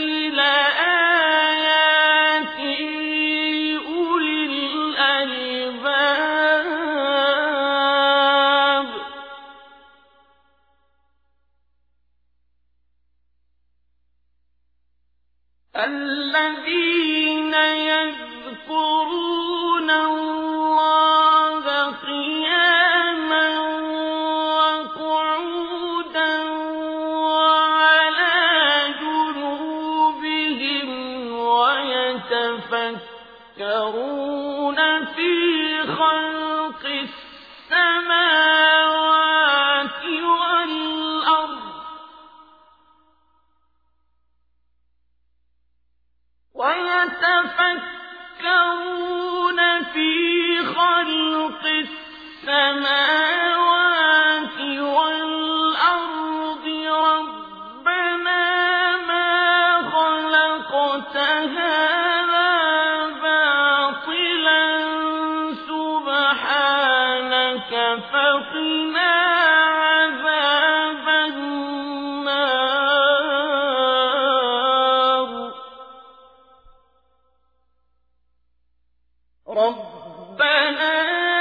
لآيات لأولي الألباب الذين يذكرون الله قياما وقعودا وعلى جنوبهم ويتفكرون في خلق السماوات والأرض ويتفكرون في خلق السماوات والأرض ربنا ما خلقت هذا باطلا سبحانك فقنا عذاب النار ربنا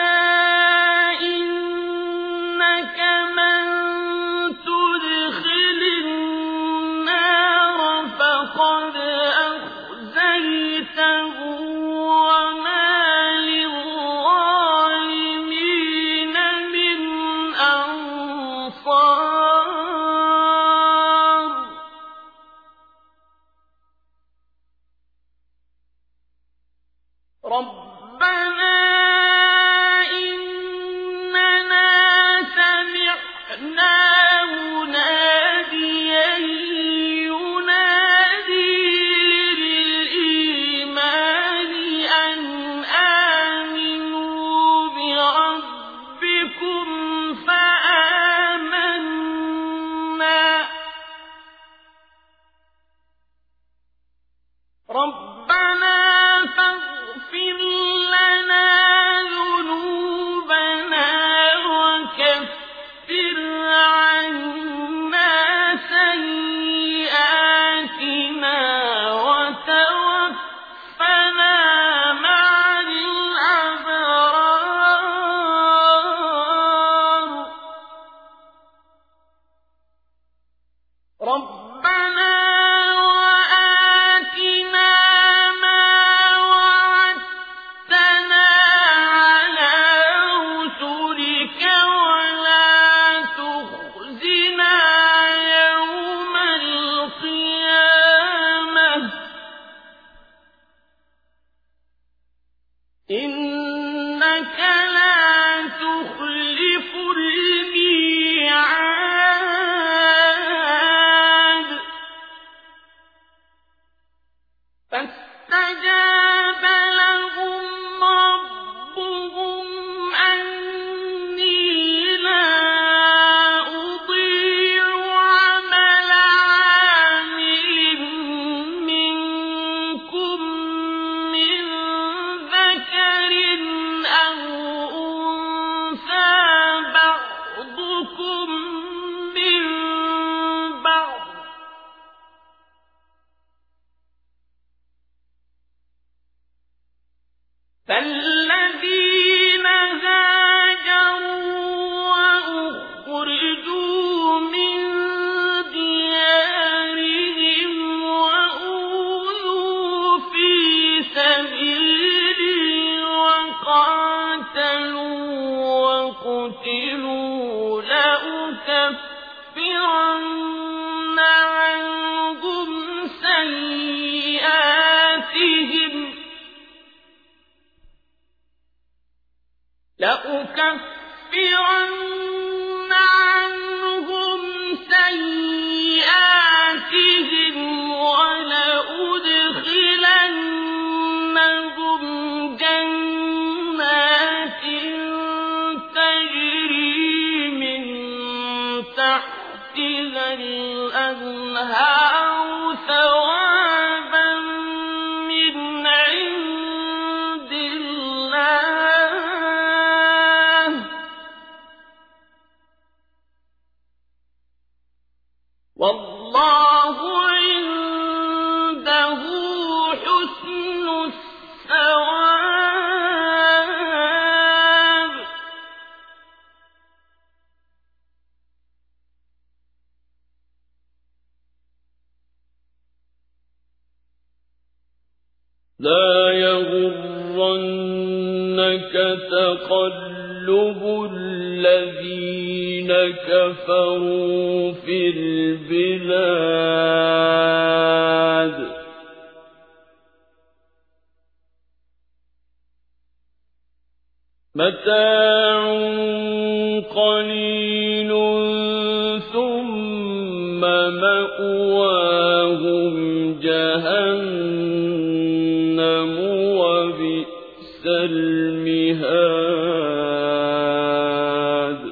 إنك من تدخل النار فقد أخزيته وما للظالمين من أنصار ربنا إننا سمعنا مناديا ينادي للإيمان أن آمنوا بربكم فآمنا ربنا فاغفر لنا ذنوبنا وكفر عنا سيئاتنا وتوفنا مع الأبرار ربنا وآتنا ما وعدتنا إنك لا تخلف الميعاد فاستجاب لهم ربهم أني لا أضيع عمل عامل منكم من ذكر أو أنثى بعضكم من بعض فالذين هاجروا وأخرجوا من ديارهم وأوذوا في سبيلي وقاتلوا وقتلوا لأكفرن عنهم سيئاتهم ولأدخلنهم جنات تجري من تحتها الأنهار ثوابا من عند الله والله عنده حسن الثواب لا يغرنك تقلب الذين كفروا في البلاد متاع قليل ثم مأواهم جهنم وبئس المهاد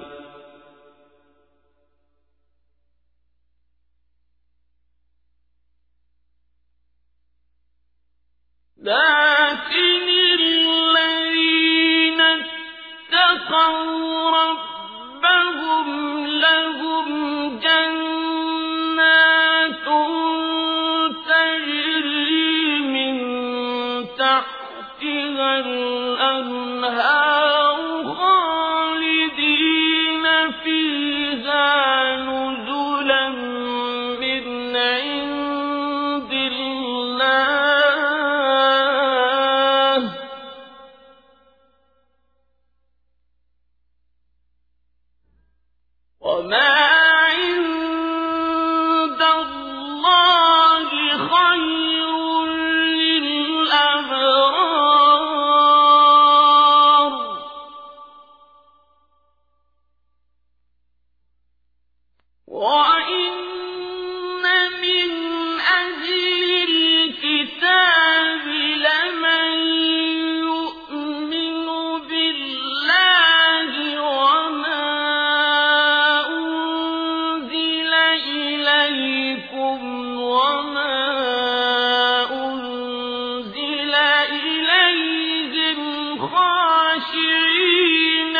لكن الذين اتقوا ربهم لهم جنات تجري من تحتها الأنهار خالدين فيها نزلا من عند الله وما عند الله خير للأبرار وإن من أهل الكتاب لمن يؤمن بالله وما أنزل إليكم وما أنزل إليهم خاشعين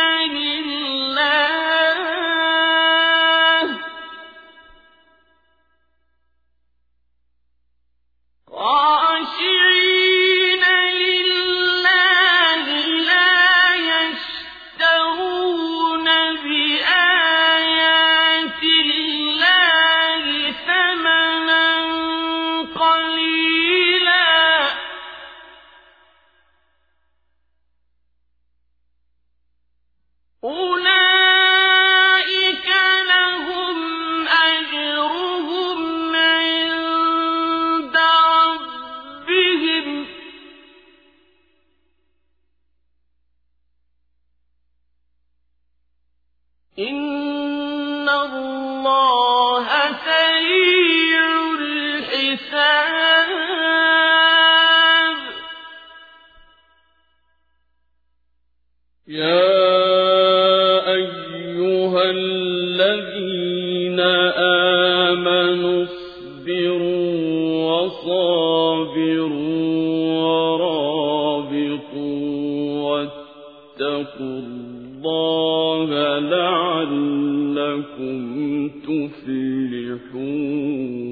لله لا يشترون بآيات الله ثمنا قليلا إن الله سريع الحساب. يا أيها الذين آمنوا اصبروا وصابروا ورابطوا واتقوا الله لعلكم تفلحون.